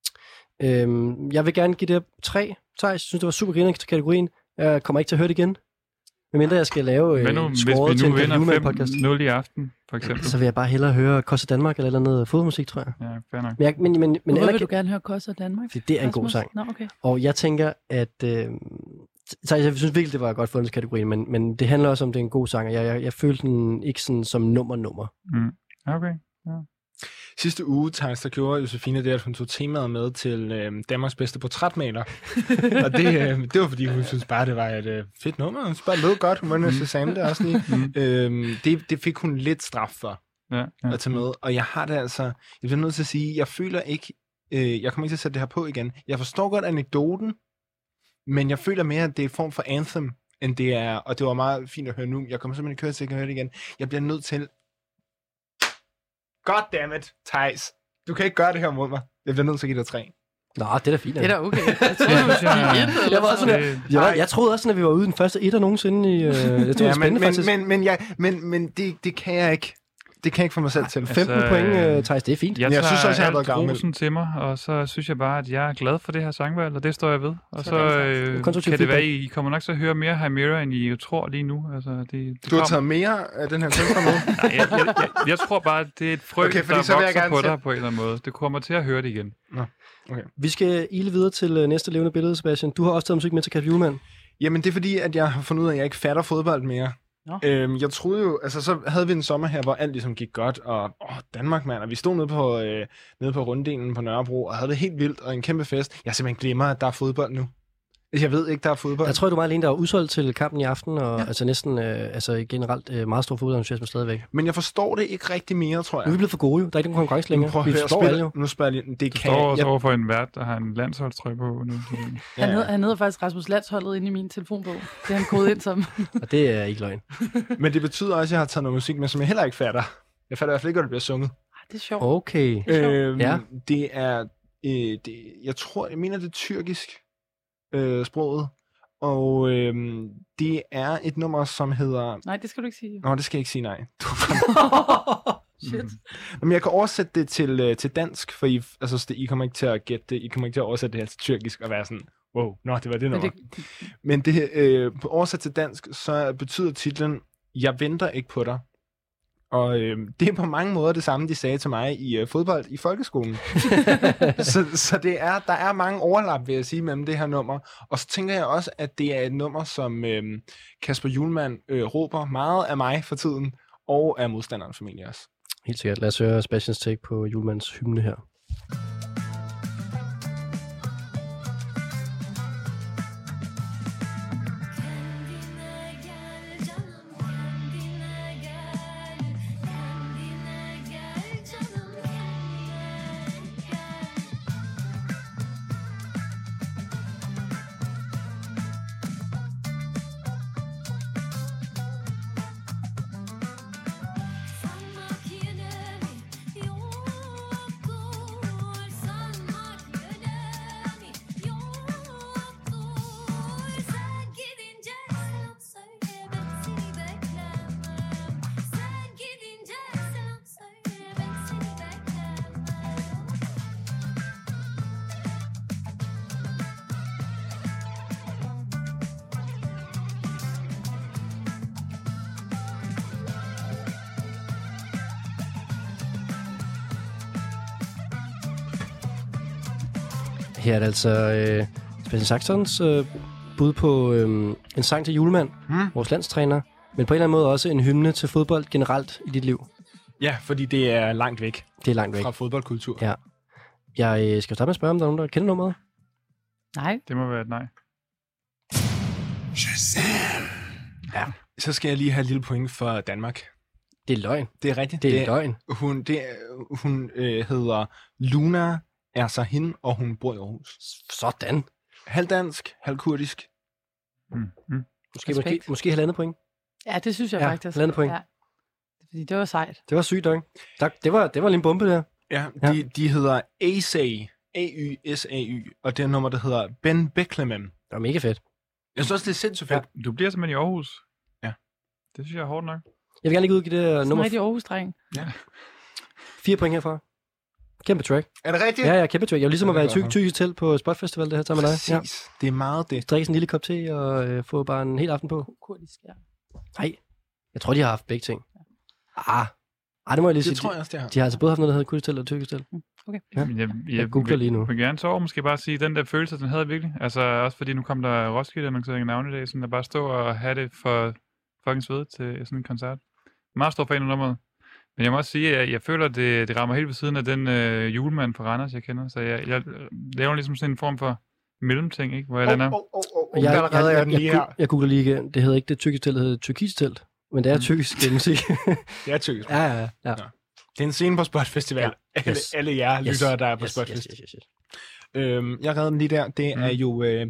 jeg vil gerne give det 3. Thijs, jeg synes, det var super griner til kategorien. Jeg kommer ikke til at høre det igen. Medmindre jeg skal lave Men nu, hvis scoret til vi en nu vinder Julemand-podcast. 5-0 i aften, for eksempel. Så vil jeg bare hellere høre Kosse Danmark eller et eller andet fodmusik, tror jeg. Ja, fair nok. Men Hvorfor vil du gerne høre Kosse og Danmark? det er en god Rasmus? sang. Nå, okay. Og jeg tænker, at... så jeg synes virkelig, det var godt fundet kategori, men det handler også om, det er en god sang, og jeg følte den ikke sådan som nummer. Mm. Okay. Sidste uge, Thijs, der gjorde Josefine det, at hun tog temaet med til Danmarks bedste portrætmaler. Og det var, fordi hun synes bare, det var et fedt nummer. Hun synes bare, det lød godt. Hun var nødt til at det også lige. Det fik hun lidt straf for Ja. at tage med. Og jeg har det altså... Jeg bliver nødt til at sige, jeg føler ikke... jeg kommer ikke til at sætte det her på igen. Jeg forstår godt anekdoten, men jeg føler mere, at det er en form for anthem, end det er... Og det var meget fint at høre nu. Jeg kommer simpelthen ikke til at høre det igen. Jeg bliver nødt til... Goddammit, Thijs. Du kan ikke gøre det her mod mig. Jeg bliver nødt til at give dig 3. Nå, det er da fint. Det er da okay. Jeg troede, du ville sige 1 eller Jeg var også sådan sådan, jeg troede også, at vi var ude den første etter nogensinde i... det var spændende, faktisk. Men det kan jeg ikke. Det kan jeg ikke få mig selv til. 15 point, Thijs, det er fint. Jeg jeg synes også, jeg har været alt gammel. rosen til mig, og så synes jeg bare, at jeg er glad for det her sangvalg, og det står jeg ved. Og så Konstruktiv kan det være, feedback. I kommer nok til at høre mere Chimera, end I tror lige nu. Altså, det Du har kommer. taget mere af den her kunstner med. Nej, jeg tror bare, at det er et frø, Okay, fordi der så vil jeg vokser gerne på til- dig på en eller anden måde. Det kommer til at høre det igen. Vi skal ile videre til næste levende billede, Sebastian. Du har også taget musik med til Kasper Hjulmand. Jamen, det er fordi, at jeg har fundet ud af, at jeg ikke fatter fodbold mere. Nå. Jeg troede jo, altså så havde vi en sommer her, hvor alt ligesom gik godt, og Danmark, mand, og vi stod nede på runddelen på Nørrebro, og havde det helt vildt, og en kæmpe fest. Jeg simpelthen glemmer, at der er fodbold nu. Jeg ved ikke, der er fodbold. Jeg tror, du er meget alene, der er udsolgt til kampen i aften, og altså næsten generelt meget stor fodboldentusiasme stadigvæk. Men jeg forstår det ikke rigtig mere, tror Nu er vi jeg. blevet for gode jo. Der er ikke nogen konkurrence længere. Prøv at Vi høre, forstår alle jo. nu spørger jeg lige, det Du kan står også jeg. over for en vært, der har en landsholdstrøje på nu. Han hedder faktisk Rasmus Landsholdet inde i min telefonbog. Det er han kodet ind som. Og det er ikke løgn. Men det betyder også, at jeg har taget noget musik med, som jeg heller ikke fatter. Jeg fatter i hvert fald ikke, at det bliver sunget. Det er sjovt. Okay. Ja. Det er, jeg mener, det er tyrkisk sproget. Og det er et nummer, som hedder... Nej, det skal du ikke sige. Nå, det skal jeg ikke sige nej. Shit. Men jeg kan oversætte det til dansk, for I kommer ikke til at gætte det. I kommer ikke til at oversætte det her til tyrkisk og være sådan, wow, nå, det var det nummer. Men det på oversat til dansk, så betyder titlen, Jeg venter ikke på dig. Og det er på mange måder det samme, de sagde til mig i fodbold i folkeskolen. så der er mange overlap, vil jeg sige, mellem det her nummer. Og så tænker jeg også, at det er et nummer, som Kasper Hjulmand råber meget af mig for tiden, og af modstanderens familie også. Helt sikkert. Lad os høre Sebastians take på Hjulmands hymne her. Her er det altså Sebastian Saxons bud på en sang til julemand, vores landstræner, men på en eller anden måde også en hymne til fodbold generelt i dit liv. Ja, fordi det er langt væk Det er langt væk. fra fodboldkultur. Ja. Jeg skal starte med at spørge, om der er nogen, der kender nummeret. Nej. Det må være et nej. Ja. Så skal jeg lige have et lille point for Danmark. Det er løgn. Det er rigtigt. Det er løgn. Hun hedder Luna Ersahin, og hun bor i Aarhus. Sådan. Halv dansk, halv kurdisk. Måske halvandet point. Ja, det synes jeg Ja, faktisk. halvandet point. Ja. Fordi det var sejt. Det var sygt, ikke? Tak. Det var lige en bombe der. Ja, Ja. de hedder ASAY, A-Y-S-A-Y, og det er nummer, der hedder Ben Beklemem. Det var mega fedt. Jeg synes også, det er sindssygt fedt. Du bliver simpelthen i Aarhus. Ja. Det synes jeg er hårdt nok. Jeg vil gerne lige udgive det Sådan en nummer rigtig Aarhus-dreng. 4 point herfra. Kæmpe track. Er det rigtigt? Ja, kæmpe track. Jeg vil ligesom Ja, at være i det er godt. tyrkisk telt på Spot Festival, det her sammen med dig. Ja. Præcis. Det er meget det. Drikke sådan en lille kop te og få bare en hel aften på. Kurdisk, ja. Nej, jeg tror, de har haft begge ting. Det må jeg lige sige. Det tror jeg også, det har. De har altså både haft noget, der hedder kurdisk telt og tyrkisk telt. Okay. Ja. Men Jeg googler lige nu. Jeg vil gerne så måske bare sige, at den der følelse, den havde jeg virkelig. Altså også fordi nu kom der Roskilde-annoncering af navnedag, sådan at bare stå og have det for fucking sved til sådan en koncert. Meget stor fan af nummeret. Men jeg må også sige, at jeg føler, at det rammer helt ved siden af den julemand fra Randers, jeg kender. Så jeg laver ligesom sådan en form for mellemting, ikke? Hvor jeg lander. Jeg googler lige igen. Det hedder ikke det tyrkisk telt, det hedder tyrkisk telt. Men det er tyrkisk musik. Det er tyrkisk. ja. Det er en scene på Spot Festival. Ja. Alle jer lyttere, der er på Spot Festival. Jeg redder den lige der. Det er jo det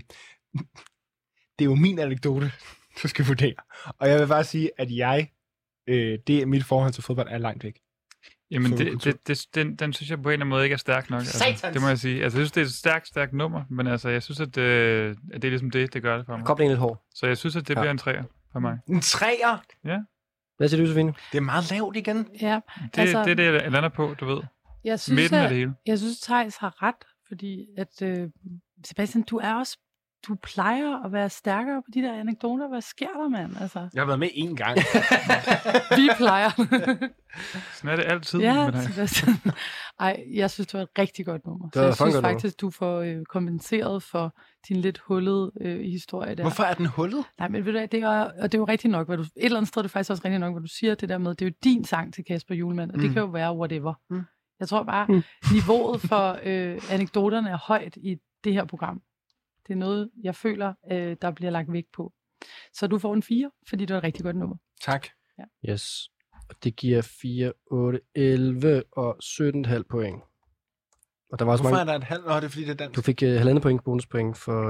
er jo min anekdote, du skal vurdere. Og jeg vil bare sige, at det er mit forhold til fodbold er langt væk. Jamen, den synes jeg på en eller anden måde ikke er stærk nok. Altså, det må jeg sige. Altså, jeg synes, det er et stærkt nummer, men altså, jeg synes, at det er ligesom det gør det for mig. Koblingen lidt hård. Så jeg synes, at det bliver en 3'er for mig. En 3'er? Ja. Hvad siger du, Sofine? Det er meget lavt igen. Ja, Det er det, jeg lander på, du ved. Jeg synes, Midten af det hele. Jeg synes, Theis har ret, fordi at Sebastian, du plejer at være stærkere på de der anekdoter. Hvad sker der, mand? Altså, Jeg har været med én gang. vi plejer. Sådan er det altid. Ja, med dig. Sebastian. Ej, jeg synes, det var et rigtig godt nummer. Så var jeg synes godt faktisk, du får kompenseret for din lidt hullede historie der. Hvorfor er den hullet? Nej, men ved du hvad, det er jo rigtigt nok, et eller andet sted er det faktisk også rigtigt nok, hvad du siger det der med, det er jo din sang til Kasper Hjulmand, og det kan jo være whatever. Jeg tror bare, niveauet for anekdoterne er højt i det her program. Det er noget, jeg føler, der bliver lagt vægt på. Så du får en 4, fordi det er et rigtig godt nummer. Tak. Ja. Yes. Og det giver 4, 8, 11 og 17,5 point. Og der var også Hvorfor mange... er der et halvt? Nå, det er fordi, det er dansk. Du fik halvandet point bonuspoint for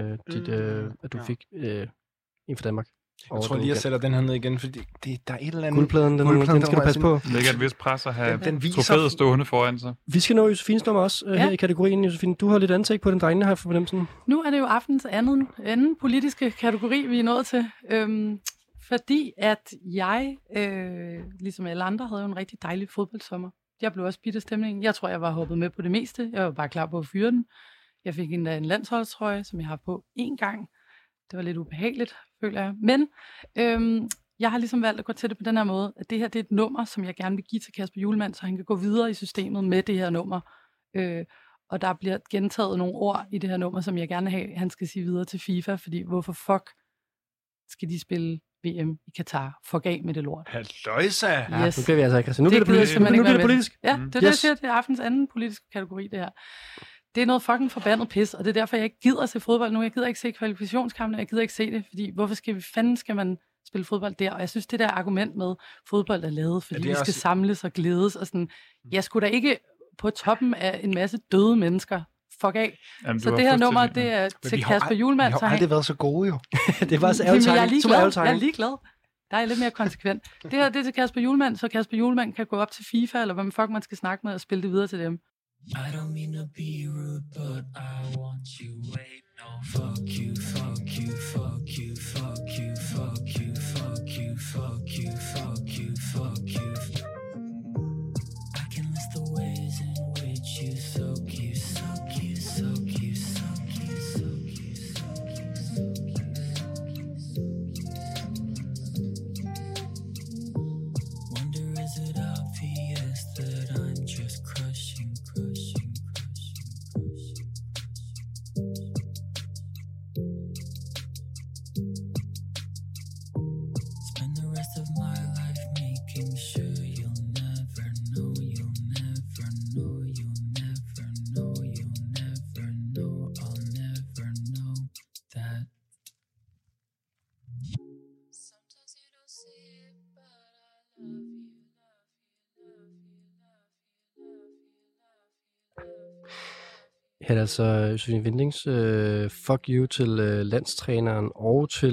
at du fik en for Danmark. Jeg tror lige, jeg sætter den her ned igen, fordi der er et eller andet... Guldpladen, den skal du passe på. Det ligger et vist pres at have Den viser- trofæet stående foran sig. Vi skal nå Josefines nummer også her i kategorien. Josefine, du har lidt ansigt på den drengene her for dem sådan. Nu er det jo aftens anden politiske kategori, vi er nået til. Fordi at jeg, ligesom alle andre, havde jo en rigtig dejlig fodboldsommer. Jeg blev også bidt af stemningen. Jeg tror, jeg var hoppet med på det meste. Jeg var bare klar på at fyre den. Jeg fik endda en landsholdstrøje, som jeg har på én gang. Det var lidt ubehageligt, føler jeg. Men jeg har ligesom valgt at gå til det på den her måde, at det her det er et nummer, som jeg gerne vil give til Kasper Hjulmand, så han kan gå videre i systemet med det her nummer. Og der bliver gentaget nogle ord i det her nummer, som jeg gerne vil have, han skal sige videre til FIFA, fordi hvorfor fuck skal de spille VM i Katar? Fuck af med det lort. Halløjsa! Ja, Yes. nu bliver vi altså ikke. Nu bliver det gider jeg politisk. simpelthen Nu ikke bliver det være med. politisk. Ja, det er det, jeg siger. Det er aftens anden politiske kategori, det her. Det er noget fucking forbandet pis, og det er derfor, jeg ikke gider se fodbold nu. Jeg gider ikke se kvalifikationskampene, jeg gider ikke se det, fordi hvorfor fanden skal man spille fodbold der? Og jeg synes, det der argument med fodbold er lavet, fordi vi skal også... samles og glædes, og sådan, jeg skulle da ikke på toppen af en masse døde mennesker. Fuck af. Jamen, Så det her nummer, det er til Kasper Hjulmand. Vi har aldrig været så gode, jo. Det var så Jamen, jeg er ærgerligt. ligeglad. Jeg er ligeglad. Der er jeg lidt mere konsekvent. Det her, det er til Kasper Hjulmand, så Kasper Hjulmand kan gå op til FIFA, eller hvem fuck man skal snakke med, og spille det videre til dem. I don't mean to be rude, but I want you. Wait, no, fuck you, fuck you, fuck you, fuck you, fuck you, fuck you, fuck you, fuck you, fuck you. I can list the ways in which you suck you, suck you, suck you, suck you, suck you, suck you, suck you. Wonder is it obvious that I'm just crushing, crushing, crushing, crushing. Ja, altså Josefine Windings, fuck you til landstræneren og til,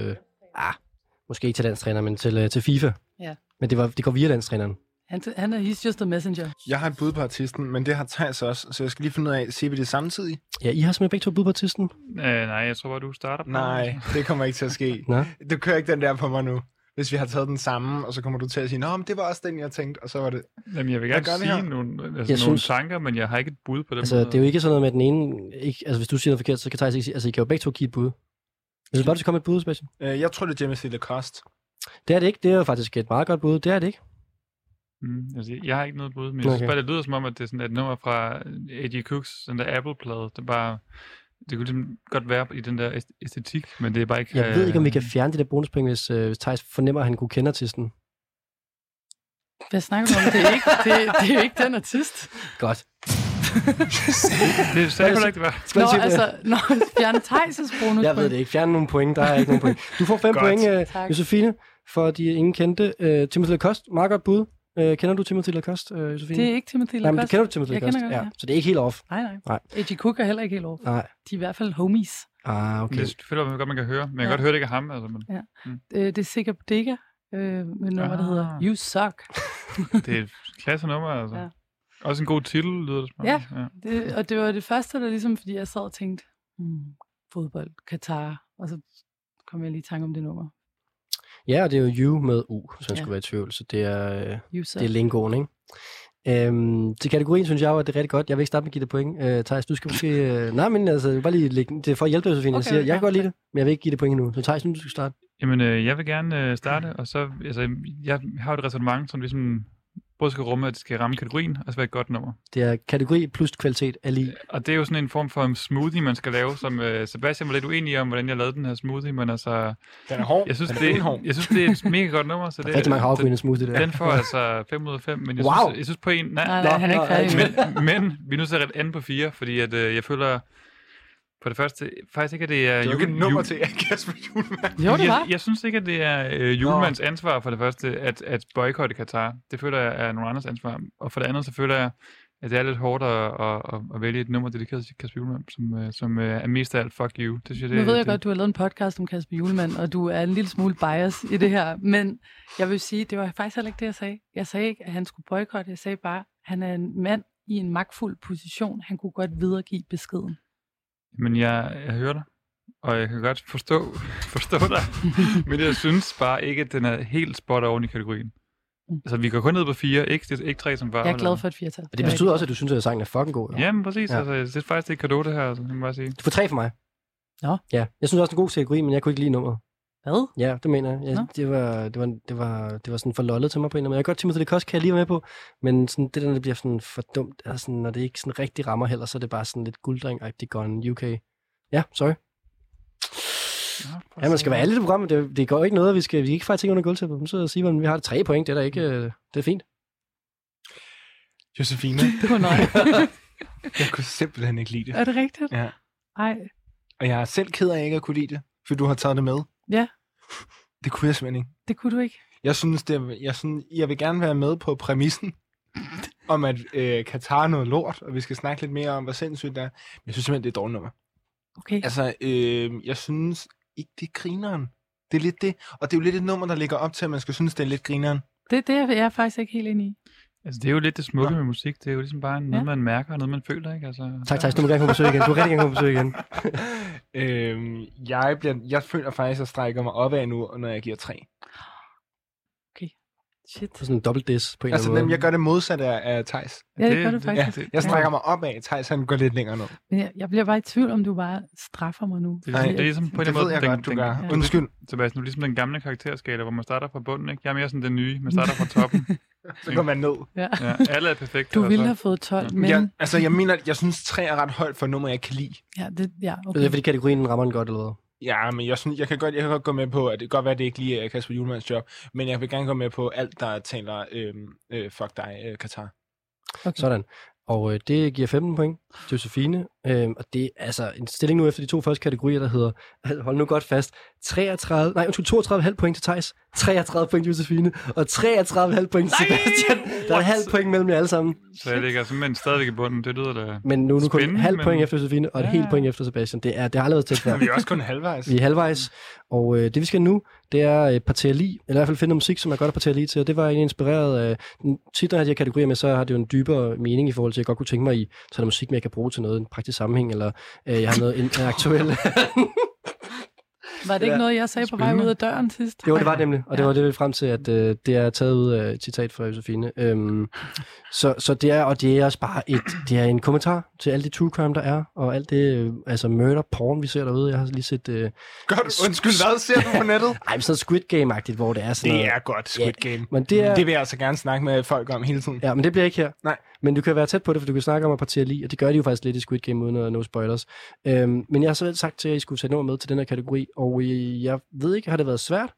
måske ikke til landstræneren, men til FIFA. Ja. Men det går via landstræneren. Han er he's just a messenger. Jeg har et bud på artisten, men det har Theis også, så jeg skal lige finde ud af, siger vi det samtidig? Ja, I har simpelthen begge to bud på artisten. Nej, jeg tror bare, du starter på. Nej, det kommer ikke til at ske. Nå? Du kører ikke den der på mig nu. Hvis vi har taget den samme, og så kommer du til at sige, nå, men det var også den, jeg tænkte, og så var det... Jamen, jeg vil Hvad gerne gør vi her? sige nogle tanker, men jeg har ikke et bud på dem. Altså, det er jo ikke sådan noget med den ene... Ikke, altså, hvis du siger noget forkert, så kan Theis ikke sige... Altså, I kan jo begge to give et bud. Hvis du bare skal komme med et bud, Sebastian. Jeg tror, det er Jamie Lacoste. Det er det ikke. Det er jo faktisk et meget godt bud. Det er det ikke. Altså, jeg har ikke noget bud, men jeg synes bare, det lyder som om, at det er sådan et nummer fra A.G. Cooks, den der Apple-plade. Det kunne ligesom godt være i den der æstetik, men det er bare ikke... Jeg ved ikke, om vi kan fjerne de der bonuspenge, hvis Theis fornemmer, at han kunne kende artisten. Hvad snakker du om? Det er jo ikke den artist. Godt. det sagde du ikke, det var. Fjerne Theis' bonus. Jeg ved det ikke. Fjerne nogle point. Der er ikke nogen point. Du får 5 point, Josefine, for de ingen kendte. Timothy Lacoste, meget godt bud. Kender du Timothy Lacoste, Josefine? Det er ikke Timothy Lacoste. Nej, men kender du Timothy Lacoste? Godt, ja. Så det er ikke helt off. Nej. A.G. Cook er heller ikke helt off. Nej. De er i hvert fald homies. Okay. Det føler man godt, man kan høre. Men jeg kan godt høre, det ikke er ham. Altså, men... Det er sikkert Bodega, med nummer, der hedder You Suck. Det er et klasse nummer, altså. Ja. Også en god titel, lyder det som. Ja. Og det var det første, der ligesom, fordi jeg sad og tænkte, fodbold, Katar, og så kom jeg lige i tanke om det nummer. Ja, og det er jo You med U, hvis man skulle være i tvivl, så det er lingoen, ikke? Til kategorien synes jeg jo, at det er rigtig godt. Jeg vil ikke starte med at give dig point. Theis, du skal måske... nej, men altså, bare lige lægge... Det er for at hjælpe dig, Josefine. Okay, jeg kan godt lide det, men jeg vil ikke give dig point endnu. Så Theis, nu du skal starte. Jamen, jeg vil gerne starte, og så... Altså, jeg har jo et resonemang, som ligesom både skal rumme, at det skal ramme kategorien, og så være et godt nummer. Det er kategori plus kvalitet af lige. Og det er jo sådan en form for en smoothie, man skal lave, som Sebastian var lidt uenig om, hvordan jeg lavede den her smoothie, men altså... Den er hård. Jeg synes, det er et mega godt nummer. Så det rigtig mange havregryn smoothie der. Den får altså 5 ud af 5, men jeg synes på en... Nej, han er ikke færdig. Men vi er nødt til at rette anden på 4, fordi at, jeg føler... For det første, faktisk ikke, at det er... Det er jo ikke et nummer til Kasper Hjulmand. Jo, det var. Jeg synes ikke, at det er Hjulmands ansvar for det første, at boykotte Katar. Det føler jeg er nogen andres ansvar. Og for det andet, så føler jeg, at det er lidt hårdt at vælge et nummer dedikeret til Kasper Hjulmand, som er mest af alt fuck you. Det synes jeg, nu ved jeg godt, du har lavet en podcast om Kasper Hjulmand, og du er en lille smule bias i det her. Men jeg vil sige, det var faktisk heller ikke det, jeg sagde. Jeg sagde ikke, at han skulle boykotte. Jeg sagde bare, at han er en mand i en magtfuld position. Han kunne godt videregive beskeden. Men jeg hører dig, og jeg kan godt forstå dig, men jeg synes bare ikke, at den er helt spot on i kategorien. Altså, vi går kun ned på 4, ikke 3 som var. Jeg er glad for et 4-tal. Og det betyder også, at du synes, at sangen er fucking god. Jo? Jamen, præcis. Ja. Altså, jeg synes faktisk, det er et cadeau, det her, altså, jeg må bare sige. Du får 3 for mig. Ja. Ja. Jeg synes også, det er en god kategori, men jeg kunne ikke lide nummeret. Hvad? Ja, det mener jeg. Det var sådan for lollet til mig på en eller anden måde. Jeg kan godt Timothy Lacoste, kan jeg lige være med på, men sådan, det der, det bliver sådan for dumt, altså, når det ikke sådan rigtig rammer heller, så er det bare sådan lidt gulddreng-agtigt gone UK. Ja, sorry. Ja, man skal være ærlig i det program, det går ikke noget, vi kan ikke faktisk tænke under gulvtæppet. Nu så sige, at vi har 3 point, det er der ikke, det er fint. Josefine. Jeg kunne simpelthen ikke lide det. Er det rigtigt? Ja. Ej. Og jeg er selv ked af ikke at kunne lide det, for du har taget det med. Ja. Det kunne jeg simpelthen ikke. Det kunne du ikke. Jeg vil gerne være med på præmissen om, at Katar er noget lort, og vi skal snakke lidt mere om, hvor sindssygt det er. Men jeg synes simpelthen, det er et dårligt nummer. Okay. Altså, jeg synes ikke, det er grineren. Det er lidt det. Og det er jo lidt et nummer, der ligger op til, at man skal synes, det er lidt grineren. Det er jeg faktisk ikke helt enig i. Altså, det er jo lidt det smukke med musik. Det er jo ligesom bare noget, man mærker, og noget, man føler, ikke? Altså, tak, du må gerne komme på besøg igen. Du må rigtig gerne komme på besøg igen. Jeg føler faktisk, at jeg strækker mig opad nu, når jeg giver 3. Okay. Shit. Så sådan en dobbelt diss på en eller anden måde. Jeg gør det modsatte af Theis. Ja, det gør du faktisk. Ja, jeg strækker mig opad. Theis, han går lidt længere ned. Men jeg bliver bare i tvivl, om du bare straffer mig nu. Det er ligesom på en måde, jeg godt, du gør. Ja. Undskyld. Sebastian, nu er ligesom den gamle karakterskala, hvor man starter fra bunden, ikke? Jeg er mere sådan den nye. Man starter fra toppen. Så går man ned. Ja. Alle er perfekte. Du ville have fået 12, men... Jeg synes 3 er ret højt for nummer, jeg kan lide. Okay. Det er fordi kategorien rammer den godt, eller hvad? Ja, men jeg kan godt gå med på, at det kan godt være, at det ikke lige er Kasper Hjulmands job, men jeg vil gerne gå med på alt, der taler fuck dig, Katar. Okay. Sådan. Og det giver 15 point. Josefine. Og det er altså en stilling nu efter de 2 første kategorier, der hedder, hold nu godt fast, 32,5 point til Theis, 33 point til Josefine, og 33,5 point til Sebastian. Der er et halvt point mellem jer alle sammen. Så jeg ligger simpelthen stadigvæk i bunden. Det lyder da Men nu kun spændende, halvt point efter Josefine, og et helt point efter Sebastian. Det har aldrig været tæt før. Vi er også kun halvvejs. Vi er halvvejs, og det vi skal nu, det er partere lige, eller i hvert fald finde noget musik, som er godt at partere lige til, og det var egentlig inspireret af, tit når jeg har de her kategorier med, så har det jo en dybere mening i forhold til, at jeg godt kunne tænke mig i, så er der musik, jeg kan bruge til noget, en praktisk sammenhæng, eller jeg har noget en aktuel... Var det ikke noget, jeg sagde på vej ud af døren sidst? Jo, det var nemlig, og det var det, vi frem til, at det er taget ud af et citat fra Josefine. Så det er, og det er også bare det er en kommentar til alle de true crime, der er, og alt det, altså murder porn, vi ser derude. Jeg har lige set... Godt, undskyld, hvad ser du på nettet? Ej, men sådan Squid Game-agtigt, hvor det er sådan Det noget... er godt, Squid Game. Men det vil jeg altså gerne snakke med folk om hele tiden. Ja, men det bliver ikke her. Nej. Men du kan være tæt på det, for du kan snakke om at partere lige, og det gør de jo faktisk lidt i Squid Game, uden at no spoilers. Men jeg har så sagt til, at I skulle sætte nummer med til den her kategori, og jeg ved ikke, har det været svært?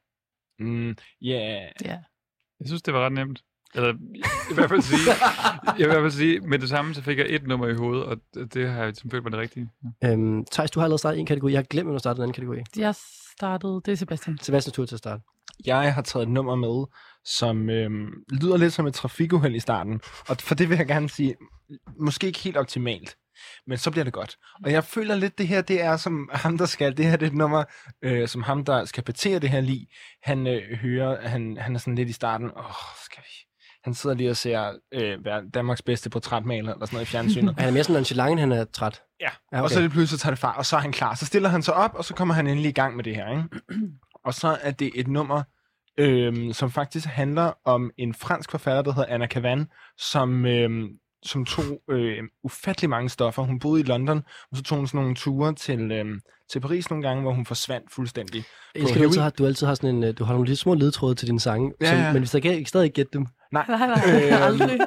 Yeah. Jeg synes, det var ret nemt. Eller i hvert fald sige, med det samme, så fik jeg et nummer i hovedet, og det har jeg selvfølgelig været det rigtige. Theis, du har allerede startet en kategori. Jeg har glemt, at du startede en anden kategori. Jeg startede, det er Sebastian. Sebastian tur til at starte. Jeg har taget et nummer med, som lyder lidt som et trafikuheld i starten. Og for det vil jeg gerne sige, måske ikke helt optimalt, men så bliver det godt. Og jeg føler lidt, det her, det er som ham, der skal, det her det er et nummer, som ham, der skal partere det her lig. Han hører, han er sådan lidt i starten, skal vi... Han sidder lige og ser Danmarks bedste portrætmaler, eller sådan noget i fjernsynet. Han er mere sådan nonchalant, end han er træt. Ja, okay. Og så lige pludselig tager det fart, og så er han klar. Så stiller han sig op, og så kommer han endelig i gang med det her, ikke? Og så er det et nummer, som faktisk handler om en fransk forfatter, der hedder Anna Kavan, som tog ufattelig mange stoffer. Hun boede i London, og så tog hun sådan nogle ture til Paris nogle gange, hvor hun forsvandt fuldstændig. Du altid har sådan en, du har nogle lidt små ledtråde til dine sange, ja. men vi stadig ikke gætte dem. Nej, aldrig.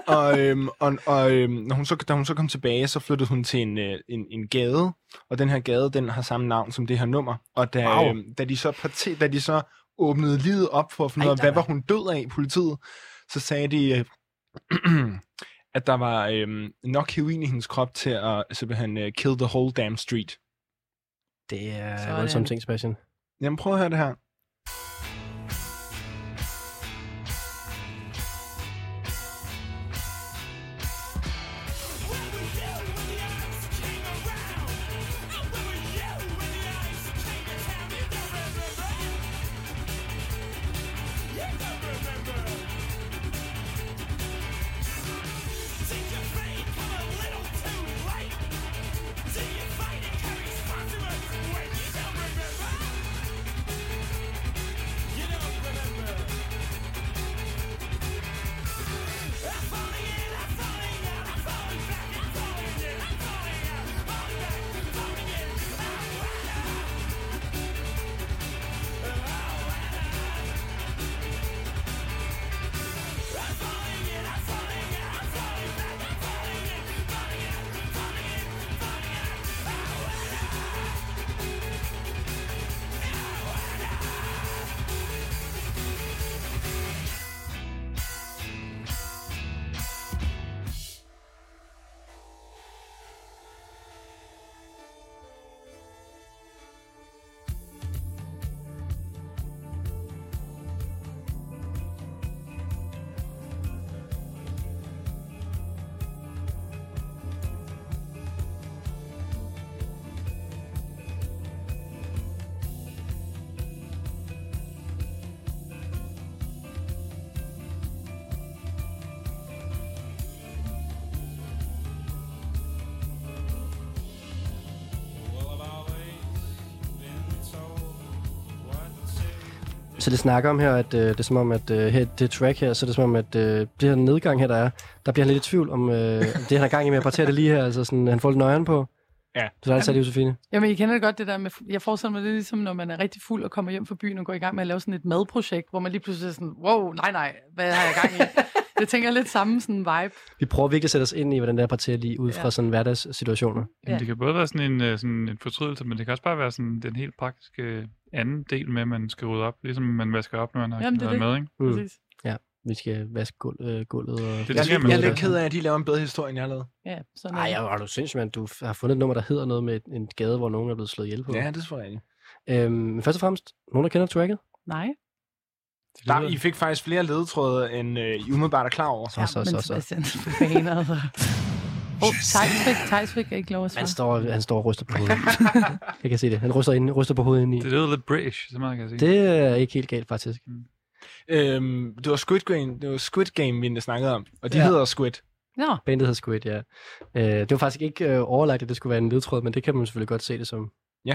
Da hun så kom tilbage, så flyttede hun til en gade, og den her gade, den har samme navn som det her nummer. Og da de så åbnede livet op for at finde ud af, hvad var hun død af, politiet, så sagde de, at der var nok heroin i hendes krop til at simpelthen kill the whole damn street. Det er voldsomt ting, Sebastian. Jamen, prøv at høre det her. Så det snakker om her, at det er som om, at her, det track her, så det er som om, at det her nedgang her, der bliver han lidt i tvivl om det, han er gang i med at partere det lige her, altså sådan, han får lidt nøjeren på. Ja. Du har altid det, Josefine. Jamen, I kender det godt, det der med, jeg forestiller mig, det er ligesom, når man er rigtig fuld og kommer hjem fra byen og går i gang med at lave sådan et madprojekt, hvor man lige pludselig er sådan, wow, nej, hvad har jeg gang i? Jeg tænker lidt samme sådan vibe. Vi prøver virkelig at sætte os ind i, hvordan det er at partere lige ud fra sådan hverdagssituationer. Jamen, det kan både være sådan en fortrydelse, men det kan også bare være sådan den helt praktiske anden del med, at man skal rydde op, ligesom man vasker op, når man har været med, ikke? Præcis. Ja. vi skal vaske gulvet. Og Det Jeg tænker man er jo. lidt ked af, at de laver en bedre historie, end jeg har lavet. Ja, sådan Ej, er du sindssygt, mand. Du har fundet et nummer, der hedder noget med en gade, hvor nogen er blevet slået ihjel på. Ja, det er selvfølgelig rigtigt. Men først og fremmest, nogen, der kender tracket? Nej. I fik faktisk flere ledetråde, end I umiddelbart er klar over. Ja, Så. men Sebastian, for fanden, altså. Theis fik ikke lov at svare. Han står og ryster på hovedet. Jeg kan se det. Han ryster på hovedet ind i. Det lyder lidt British, så meget kan jeg sige. Det er ikke helt galt, faktisk. Det var Squid Game, vi snakkede om, og de hedder Squid. Nå, Bandet hedder Squid, ja. Det var faktisk ikke overlagt, at det skulle være en ledtråd, men det kan man selvfølgelig godt se det som. Ja.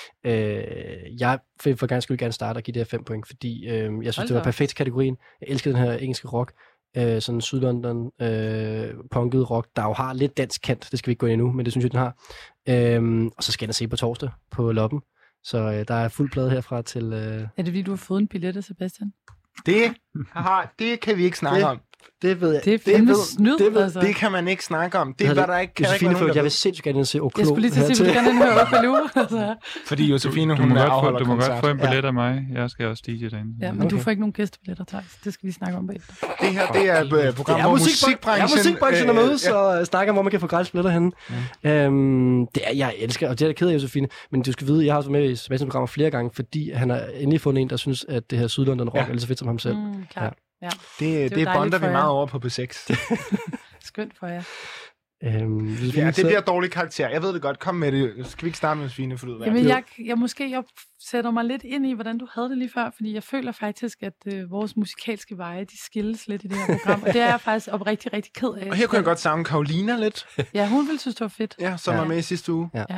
Jeg vil for gang skyld gerne starte og give det her 5 point, fordi jeg synes, det var perfekt til kategorien. Jeg elsker den her engelske rock. Sådan Sydlondon punket rock, der jo har lidt dansk kant. Det skal vi ikke gå ind i nu, men det synes jeg, den har. Og så skal jeg se på torsdag på Loppen. Så der er fuld plade herfra til... er det fordi, du har fået en billet af Sebastian? Det kan vi ikke snakke om. Det ved jeg. Det er fandme snyd, altså. Det kan man ikke snakke om. Det er, hvad der ikke kan Josefine, nogen, jeg vil sindssygt gerne se Oklo. Jeg skulle lige til at sige, at vi gerne høre Oklo. Altså. Fordi Josefine, Du hun må afholder godt koncert. få en billet af mig. Jeg skal også DJ derinde. Ja, men du får ikke nogen gæstebilletter, Theis. Det skal vi snakke om bagefter. Det her, det er et program, hvor musikbranchen er med, så snakker om, hvor man kan få gratis billetter henne. Jeg elsker, og det er jeg ked af, Josefine, men du skal vide, jeg har også været med i Sebastian programmer flere gange, fordi han har endelig fundet en, der synes, at det her Sydlondon rock er lige så fedt som ham selv. Klart. Ja. Det bonder vi meget over på P6. Skønt for jer. Det bliver dårlig karakter. Jeg ved det godt. Kom med det. Skal vi ikke starte med Josefine? For Jamen, jeg sætter mig lidt ind i, hvordan du havde det lige før, fordi jeg føler faktisk, at vores musikalske veje, de skilles lidt i det her program, og det er jeg faktisk rigtig, rigtig ked af. Og her kunne jeg godt savne Karolina lidt. Ja, hun ville synes, det var fedt. Ja, som var med i sidste uge. Ja.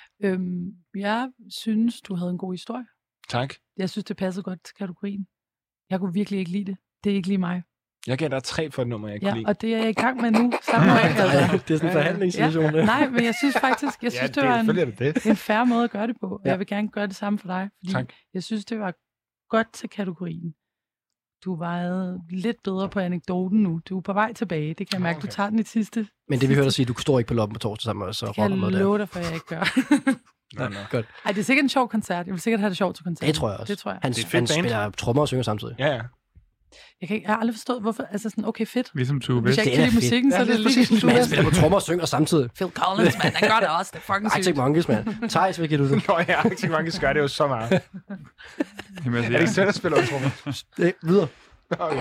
Jeg synes, du havde en god historie. Tak. Jeg synes, det passede godt til kategorien. Jeg kunne virkelig ikke lide det. Det er ikke lige mig. Jeg gav dig 3 for et nummer, jeg kunne lide. Og det er jeg i gang med nu. Sammen med altså. Det er sådan en forhandlingssituation. Ja. Nej, men jeg synes faktisk, det var en fair måde at gøre det på. Og jeg vil gerne gøre det samme for dig. Fordi jeg synes, det var godt til kategorien. Du var lidt bedre på anekdoten nu. Du er på vej tilbage. Det kan jeg mærke. Du tager den i sidste. Men det vi hørte dig sige, du står ikke på Loppen på torsdag sammen med os. Det kan jeg love dig for, jeg ikke gør. Godt. Ej, det er sikkert en sjov koncert. Jeg vil sikkert have det sjovt til koncerten. Det tror jeg også. Det tror jeg. Han spiller trommer og synger samtidig. Ja. Jeg har aldrig forstået, hvorfor. Altså sådan, okay, fedt. Ligesom Tue Hvis West. jeg ikke kan lide musikken, så er det lige... Men han spiller på trommer og synger samtidig. Phil Collins, man. Han gør det også. Det er fucking sygt. Arctic Monkeys, mand. Theis, hvad giver du det? Nå ja, Arctic Monkeys gør det jo så meget. Jamen, Er det ikke selv, der spiller trommer? Videre. Okay.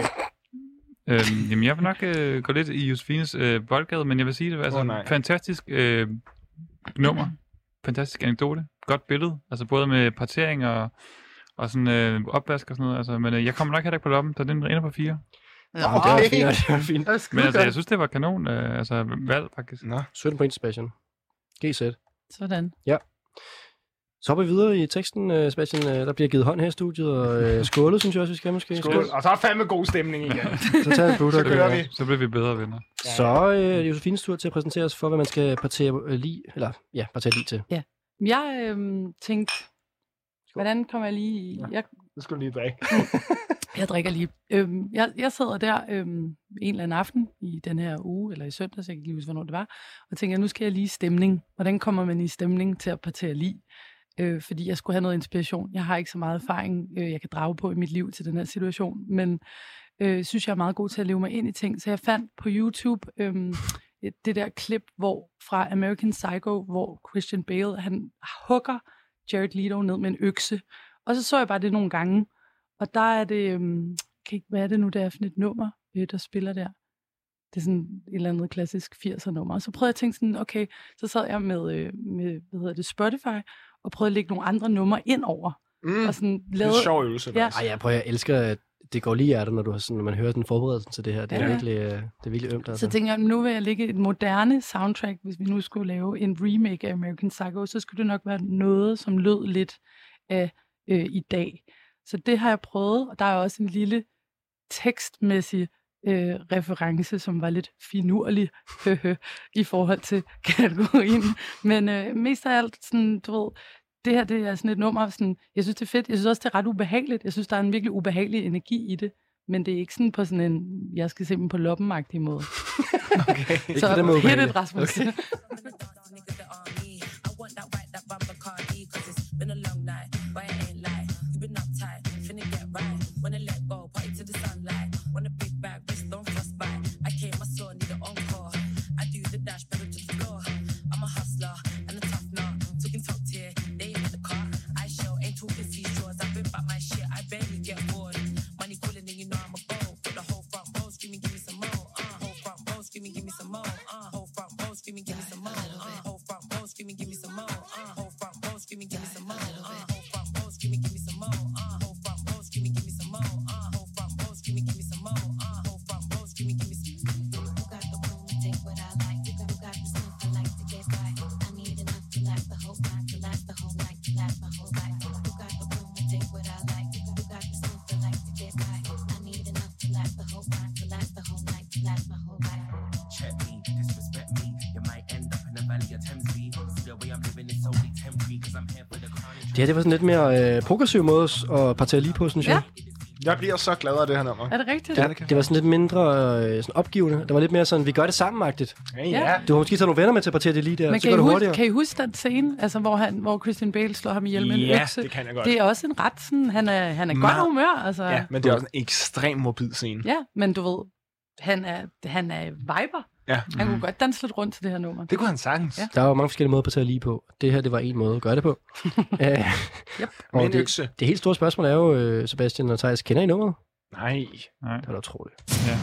Jamen, jeg vil nok gå lidt i Josefines boldgade, men jeg vil sige, det var altså fantastisk nummer. Fantastisk anekdote. Godt billede. Altså både med partering og sådan opvask og sådan noget. Altså, men jeg kommer nok heller ikke på Loppen, så den ender på 4. Ja, det var fint. Men altså, jeg synes, det var kanon. Valg, faktisk. Nå. 17 point til Sebastian. GZ. Sådan. Ja. Så hopper vi videre i teksten, Sebastian. Der bliver givet hånd her i studiet, og skålet, synes jeg også, vi skal måske. Skål. Og så er fandme god stemning igen. Så tager vi så kører vi. Så bliver vi bedre venner. Så er det Josefines tur til at præsentere os for, hvad man skal partere lige til. Ja. Jeg tænkte, hvordan kommer jeg lige i... Det skal du lige drikke. Jeg drikker lige. Jeg sidder der en eller anden aften i den her uge, eller i søndags, jeg kan ikke lige huske, hvornår det var, og tænker, nu skal jeg lige i stemning. Hvordan kommer man i stemning til at partere lige? Fordi jeg skulle have noget inspiration. Jeg har ikke så meget erfaring, jeg kan drage på i mit liv til den her situation, men synes, jeg er meget god til at leve mig ind i ting. Så jeg fandt på YouTube det der klip fra American Psycho, hvor Christian Bale, han hugger Jared Leto ned med en økse. Og så jeg bare det nogle gange. Og der er det, hvad er det nu, der er for et nummer, der spiller der? Det er sådan et eller andet klassisk 80'er nummer. Og så prøvede jeg at tænke sådan, okay, så sad jeg med Spotify, og prøvede at lægge nogle andre numre ind over. Og sådan lavede... Det er en sjov øvelse. Ja. Jeg elsker, at det går lige hjertet, når man hører den forberedelse til det her. Det er virkelig ømt. Altså. Så tænker jeg, nu vil jeg lægge et moderne soundtrack, hvis vi nu skulle lave en remake af American Psycho, så skulle det nok være noget, som lød lidt af i dag. Så det har jeg prøvet, og der er også en lille tekstmæssig reference, som var lidt finurlig i forhold til kategorien. Men mest af alt, sådan, du ved, det her det er sådan et nummer, sådan, jeg synes det er fedt, jeg synes også det er ret ubehageligt, jeg synes der er en virkelig ubehagelig energi i det, men det er ikke sådan på sådan en, jeg skal se dem på Loppen-agtig måde. Okay. Så hit it, Rasmus. Okay. enough to last the whole night, to last my whole life. You got the room to take what I like. You got the stuff I like to get high. I need enough to last the whole time, to last the whole night, to last my whole life. Check me, disrespect me. You might end up in the valley of Thames. See the way I'm living is only temporary, cause I'm here for the crown. Det her, det var sådan lidt mere progressiv måde at partere lige på, synes jeg. Jeg bliver så glad af det her nummer. Er det rigtigt? Ja, Det var sådan lidt mindre sådan opgivende. Det var lidt mere sådan, vi gør det sammen-agtigt. Ja. Du har måske taget nogle venner med til at partere det lige der, Men så går det hurtigere. kan I huske den scene, altså, hvor Christian Bale slår ham ihjel med en økse? det kan jeg godt. Det er også en ret sådan, han er godt humør. Altså. Ja, men det er også en ekstrem morbid scene. Ja, men du ved, han er viber. Ja. Han kunne godt danse lidt rundt til det her nummer. Det kunne han sagtens. Ja. Der var mange forskellige måder at partere lige på. Det her, det var en måde at gøre det på. Med en det, økse. det helt store spørgsmål er jo, Sebastian og Thijs, kender I nummeret? Nej. Det var da utroligt. Ja.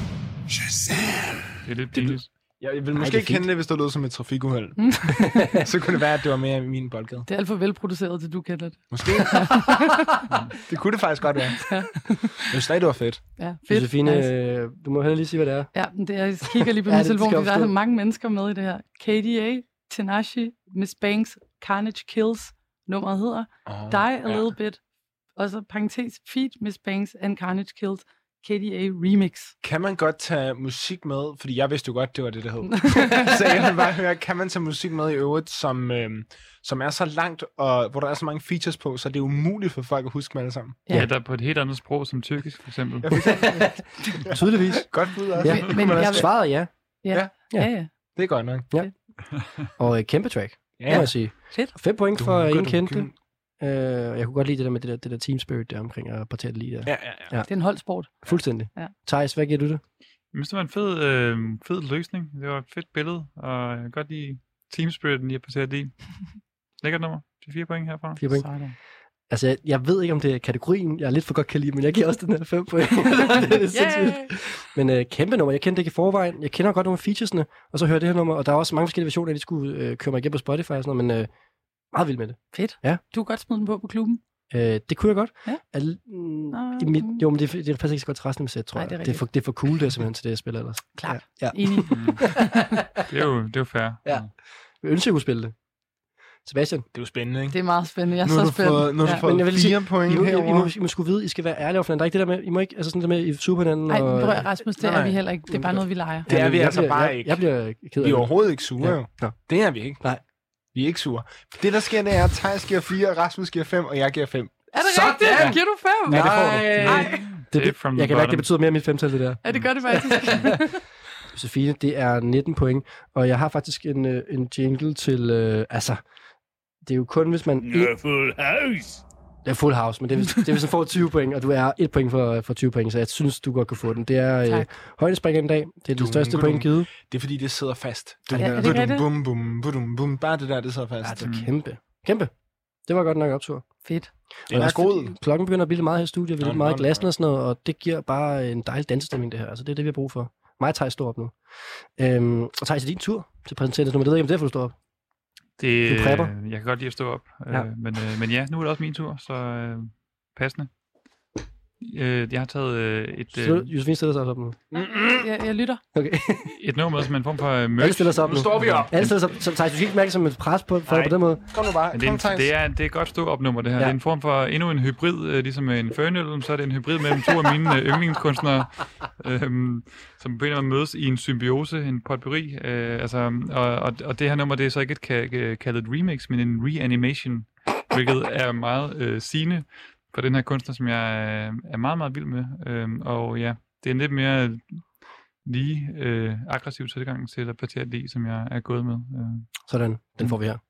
Det er lidt pinligt. Jeg vil måske ikke kende det, hvis det lød som et trafikuheld. Så kunne det være, at det var mere i min boldgade. Det er alt for velproduceret, til du kender det. Måske. Det kunne det faktisk godt være. Jeg synes det var fedt. Ja, fedt. Josefine, Nice. Du må heller lige sige, hvad det er. Ja, men det er, jeg kigger lige på Ja, min det telefon, skal fordi der er opstå. så mange mennesker med i det her. KDA, Tinashe, Miss Banks, Carnage Kills, nummeret hedder Die a Little Bit, og så parentes, Feed Miss Banks and Carnage Kills, KDA Remix. Kan man godt tage musik med? Fordi jeg vidste jo godt, det var det, der hed. Så jeg vil bare høre, kan man tage musik med i øvrigt, som er så langt, og hvor der er så mange features på, så det er umuligt for folk at huske dem alle sammen. Ja, der er på et helt andet sprog, som tyrkisk for eksempel. Tydeligvis. Godt bud også. Ja, Men jeg- svaret er ja. Ja. Det er godt nok. Og kæmpe track, det må jeg sige. Fedt. 5 point for en kendte. Jeg kunne godt lide det der med det der team spirit der omkring at partere det lige der. Ja. Det er en holdsport. Fuldstændig. Ja. Thijs, hvad giver du det? Jeg synes, det var en fed løsning. Det var et fedt billede, og jeg kan godt lide team spiriten, I har parteret i. Lækkert nummer. Det er 4 point herfra. 4 point. Sådan. Altså, jeg ved ikke, om det er kategorien, jeg lidt for godt kan lide, men jeg giver også den her 5 point. Det er sindssygt. Men kæmpe nummer. Jeg kendte det ikke i forvejen. Jeg kender godt nogle af featuresne, og så hører det her nummer, og der er også mange forskellige versioner, de skulle køre mig igennem på Spotify og sådan noget, men meget vild med det. Fedt. Ja. Du kan godt smide den på klubben. Det kunne jeg godt. Ja. Jo, men det passer ikke så godt til resten af mit sæt, tror Nej, jeg. det er Det er for cool, det er simpelthen til det, jeg spiller ellers. Klart. Ja. Enig. Det er jo fair. Ja. Jeg ønsker, jeg kunne spille det. Sebastian? Det er jo spændende, ikke? Det er meget spændende. Jeg er Nu har så du spændt. fået, nu har du fået Men jeg vil lige 4 point herovre. I må sgu vide, I skal være ærlige over for hinanden. Der er ikke det der med, I må ikke, altså sådan der med, I suger hinanden. Nej, og, Rasmus, det er vi heller ikke. Det er bare noget, vi leger. Det er vi jeg altså bliver- bare jeg, ikke. Jeg bliver ked af Vi er det. overhovedet ikke sure, jo. Nå. Det er vi ikke. Nej. Vi er ikke sure. Det, der sker, det er, at Thijs giver 4, Rasmus giver 5, og jeg giver 5. Er det Sådan! rigtigt? Ja. Giver du 5? Ja, det får du. Nej. Det er from Jeg the kan mærke, det bottom. betyder mere end mit 5-tal, det der. Ja, det gør det faktisk. Josefine, det er 19 point, og jeg har faktisk en jingle til, altså, det er jo kun, hvis man... Full house. Det er full house, men det er, hvis man får 20 point, og du er 1 point for 20 point, så jeg synes, du godt kan få den. Det er højdespring en dag. Det er det største point givet. Det er fordi, det sidder fast. Ja, er det rigtigt? Bum, bum, bum, bum. Bare det der, det sidder Ja, fast. det er kæmpe. Kæmpe. Det var godt nok optur. Fedt. Den er god. Klokken begynder at blive lidt meget her i studiet, vi er lidt Nå, meget nå, i glassen og sådan noget, og det giver bare en dejlig dansestemning, det her. Altså, det er det, vi har brug for. Mig og Thijs står op nu. Og Thijs, er din tur til at præsentere det nummer. Det ved jeg ikke, om det er, for du står op. Det, Du prepper. jeg kan godt lide at stå op. Ja. Men ja, nu er det også min tur, så passende. Jeg har taget Josefine stiller sig også op nu. Jeg lytter. Okay. et nummer, som er en form for Alle merch. stiller sig op nu. Nu står vi op. Alle stiller sig op. Så Thijs, du skal ikke mærke som et pres på Nej. den måde. Kom nu bare. Men det er et godt stå-op-nummer, det her. Ja. Det er en form for endnu en hybrid, ligesom en Fernøl, så er det en hybrid mellem to af mine yndlingskunstnere, som på en eller anden måde mødes i en symbiose, en potpourri. Og det her nummer, det er så ikke kaldet et remix, men en reanimation, hvilket er meget sigende for den her kunstner, som jeg er meget, meget vild med. Og ja, det er en lidt mere lige aggressiv tilgang til at partere det i, som jeg er gået med. Sådan. Den får vi her.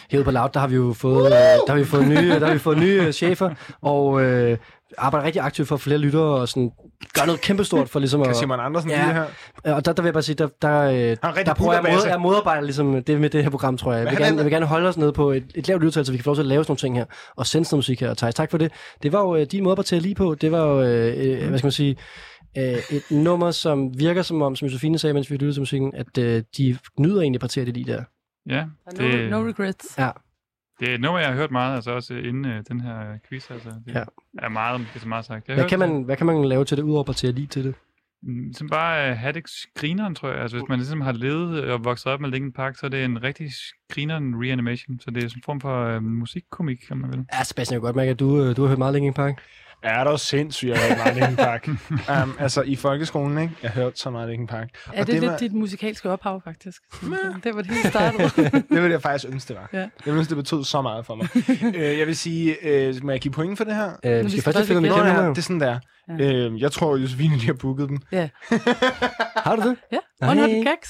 Herude på Loud, der har vi jo fået nye chefer, og arbejder rigtig aktivt for flere lyttere, og sådan gør noget kæmpestort for ligesom Kan Simon Andersen lige her? Og der vil jeg bare sige, der prøver jeg at modarbejde ligesom det med det her program, tror jeg. Jeg vil gerne holde os nede på et lavt udtal, så vi kan få lov til at lave sådan nogle ting her, og sende sådan musik her. Og Thijs, tak for det. Det var jo din måde at lige på. Det var jo, hvad skal man sige, et nummer, som virker som om, som Josefine sagde, mens vi lyttede til musikken, at de nyder egentlig partere det lige der. Ja. No regrets. Ja. Det er et nummer, jeg har hørt meget, altså også inden den her quiz. Altså. Det er meget sagt. Hvad kan man lave til det, udover at partere lige til det? Som bare have det grineren, tror jeg. Altså, hvis man ligesom har levet og vokset op med Linkin Park, så er det en rigtig grineren reanimation. Så det er sådan en form for musikkomik, kan man vel. Ja, Sebastian, jeg kan godt mærke, at du har hørt meget Linkin Park. Er der sindssygt, jeg har hørt meget Linkin Park. Altså i folkeskolen, ikke? Jeg har hørt så meget Linkin Park. Ja, det er lidt dit musikalske ophav, faktisk. Det var det hele startede. Det ville jeg faktisk ønske, det var. Ja. Jeg ville ønske, det betød så meget for mig. Jeg vil sige, må jeg give point for det her? Vi skal først finde noget med det er sådan der. Ja. Jeg tror, Josefine lige har booket den. Ja. Har du det? Ja. 100 gags.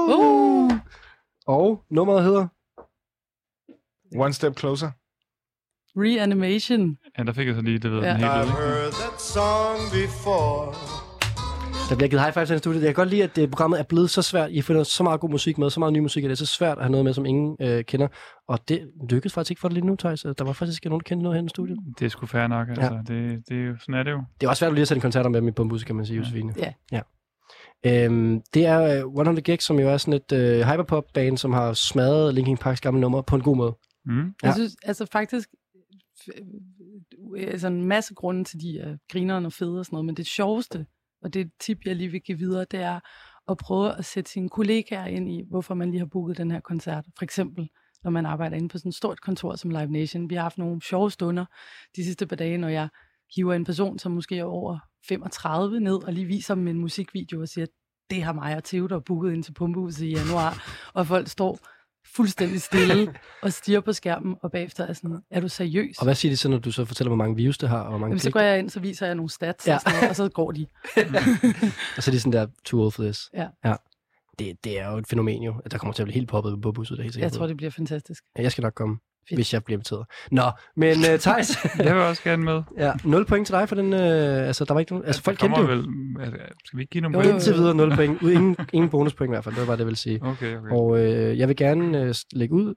Og nummeret hedder? One Step Closer. Reanimation. Ja, der fik jeg så lige, det ved den helt Der bliver givet high five til den studie. Jeg kan godt lide, at programmet er blevet så svært. I finder så meget god musik med, så meget ny musik, at det er så svært at have noget med, som ingen kender. Og det lykkedes faktisk ikke for det lige nu, Thijs. Der var faktisk ikke nogen, der kendte noget her i studiet. Det er sgu fair nok, altså. Ja. Det er jo, sådan er det jo. Det er også svært at lige at sætte koncerter med dem på musik, kan man sige, Josefine. Ja. Det er 100 Gags, som jo er sådan et hyperpop-band, som har smadret Linkin Parks gamle nummer på en god måde. Jeg synes altså faktisk, altså en masse grunde til, de er grineren og fede og sådan noget, men det sjoveste, og det tip, jeg lige vil give videre, det er at prøve at sætte sine kollegaer ind i, hvorfor man lige har booket den her koncert. For eksempel, når man arbejder inde på sådan et stort kontor som Live Nation. Vi har haft nogle sjove stunder de sidste par dage, når jeg hiver en person, som måske er over 35 ned, og lige viser dem en musikvideo og siger, at det har mig og Theo, der booket ind til Pumpehuset i januar, og folk står fuldstændig stille og stiger på skærmen, og bagefter er sådan, er du seriøs? Og hvad siger de så, når du så fortæller, hvor mange views det har? Og hvor mange så går jeg ind, så viser jeg nogle stats, og, sådan noget, og så går de. Og så er de sådan der, too old for this. Ja. Det er jo et fænomen jo, at der kommer til at blive helt poppet på busset. Jeg tror, det bliver fantastisk. Ja, jeg skal nok komme, hvis jeg bliver inviteret. Nå, men Thijs. Jeg vil også gerne med. Ja, 0 point til dig for den, altså der var ikke nogen, altså folk kendte vel, skal vi ikke give nogle point? Indtil videre 0 point, ingen bonuspoint i hvert fald, det var bare det, jeg ville sige. Okay. Og jeg vil gerne lægge ud,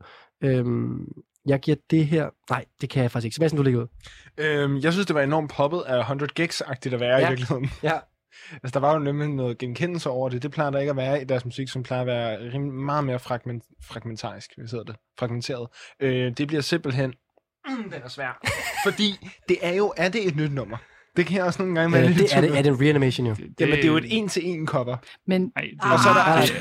jeg giver det her, nej, det kan jeg faktisk ikke. Sebastian, du lægger ud. Jeg synes, det var enormt poppet af 100 Gags-agtigt at være i virkeligheden. Ja. Altså, der var jo nemlig noget genkendelse over det. Det plejer der ikke at være i deres musik, som plejer at være meget mere fragmentarisk, hvis det fragmenteret. Det bliver simpelthen... den er svær. Fordi er det et nyt nummer? Det kan jeg også nogle gange være lidt det er det en reanimation jo. Jamen, det er jo et 1-til-1 cover. Men... Og så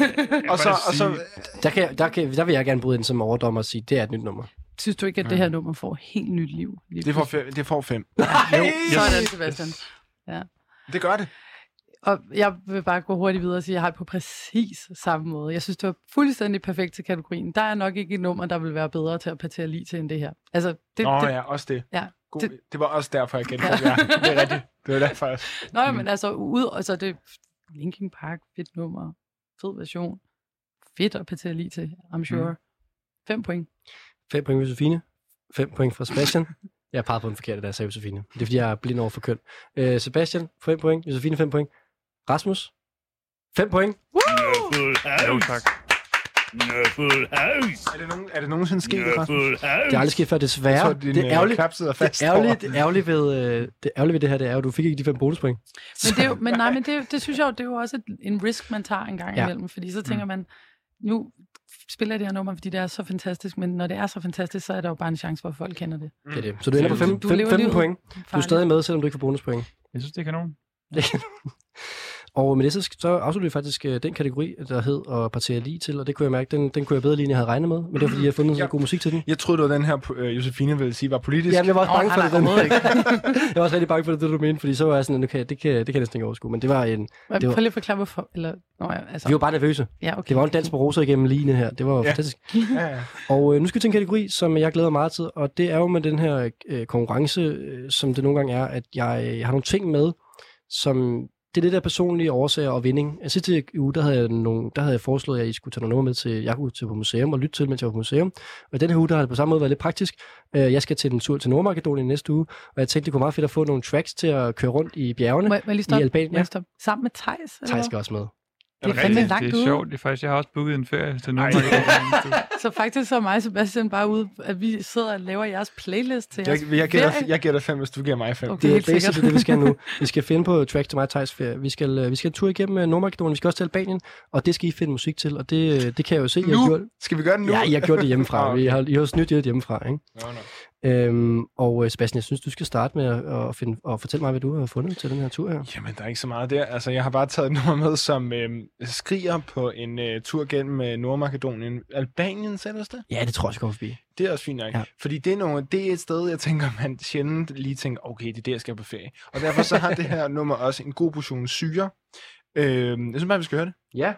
er der... Der vil jeg gerne bryde ind som overdommer og sige, det er et nyt nummer. Synes du ikke, at det her nummer får helt nyt liv? Det får 5. Sådan, Sebastian. Ja. Det gør det. Og jeg vil bare gå hurtigt videre og sige, at jeg har det på præcis samme måde. Jeg synes, det var fuldstændig perfekt til kategorien. Der er nok ikke et nummer, der vil være bedre til at partere lige til end det her. Altså, ja, også det. Ja, det var også derfor, jeg kendte det. Ja, det er rigtigt. Det var derfor. Nå, men altså, det Linkin Park, fedt nummer, fed version. Fedt at partere lige til, I'm sure. 5 point. 5 point, Josefine. 5 point fra Sebastian. Jeg pegede på den forkerte, da jeg sagde Josefine. Det er, fordi jeg er blind over for køn. Sebastian, 5 point. Josefine, 5 point. Rasmus, 5 point. Jo, tak. Er det nogensinde sket, Rasmus? Det er aldrig sket før, desværre. Det er ærgerligt ved det her, det er jo, du fik ikke de 5 bonuspoint. Men det synes jeg jo, det er jo også en risk, man tager en gang imellem, fordi så tænker man, nu spiller det her nummer, fordi det er så fantastisk, men når det er så fantastisk, så er der jo bare en chance for, at folk kender det. Det er det. Så du ender på 15 point. Du er stadig med, selvom du ikke får bonuspoint. Jeg synes, det er kanon. Og med det, så afslutter vi faktisk den kategori, der hed at partere lige til, og det kunne jeg mærke, den kunne jeg bedre lide, end jeg havde regnet med, men det var fordi, jeg havde fundet så god musik til den. Jeg troede, det var den her, Josefine ville sige, var politisk. Ja, jeg var også bange for det. Jeg var også rigtig bange for det, du mente, fordi så var jeg sådan, okay, det kan jeg næsten ikke overskue, men det var en... Prøv lige at forklare, hvorfor... Vi var bare nervøse. Ja, okay. Det var en dans på roser igennem ligene her. Det var jo fantastisk. Ja. Og nu skal vi til en kategori, som jeg glæder meget til, og det er jo med den her konkurrence, som det nogle gange er, at jeg har nogle ting med, som det er det der personlige årsager og vinding. Sidste uge, der havde jeg foreslået, at I skulle tage nogle numre med til, jeg kunne til på museum og lytte til, mens jeg var på museum. Og den her uge, der har det på samme måde været lidt praktisk. Jeg skal til en tur til Nordmakedonien næste uge, og jeg tænkte, det kunne være meget fedt at få nogle tracks til at køre rundt i bjergene Må jeg lige stoppe? i Albanien. Ja. Sammen med Theis? Theis skal også med. Det er fandme langt det ude. er sjovt. Det er faktisk, jeg har også booket en ferie til nogle. Så faktisk så er mig og Sebastian bare ude, at vi sidder og laver jeres playlist til jeres Jeg giver dig 5, hvis du giver mig 5. Okay, Det er helt sikkert. basically det, vi skal nu. Vi skal finde på tracks til mig og Theis ferie. Vi skal en tur igennem Nordmakedonien, vi skal også til Albanien, og det skal I finde musik til, og det kan jeg jo se. Skal vi gøre det nu? Ja, I har gjort det hjemmefra. Okay. I har snydt det hjemmefra, ikke? Og Sebastian, jeg synes, du skal starte med at fortælle mig, hvad du har fundet til den her tur her. Jamen, der er ikke så meget der. Altså, jeg har bare taget et nummer med, som skriger på en tur gennem Nordmakedonien. Albanien, sagde du det? Ja, det tror jeg skal gå forbi. Det er også fint nok. Ja. Fordi det er et sted, jeg tænker, man sjældent lige tænker, okay, det er der, jeg skal på ferie. Og derfor så har det her nummer også en god portion syre. Jeg synes bare, vi skal høre det. Ja.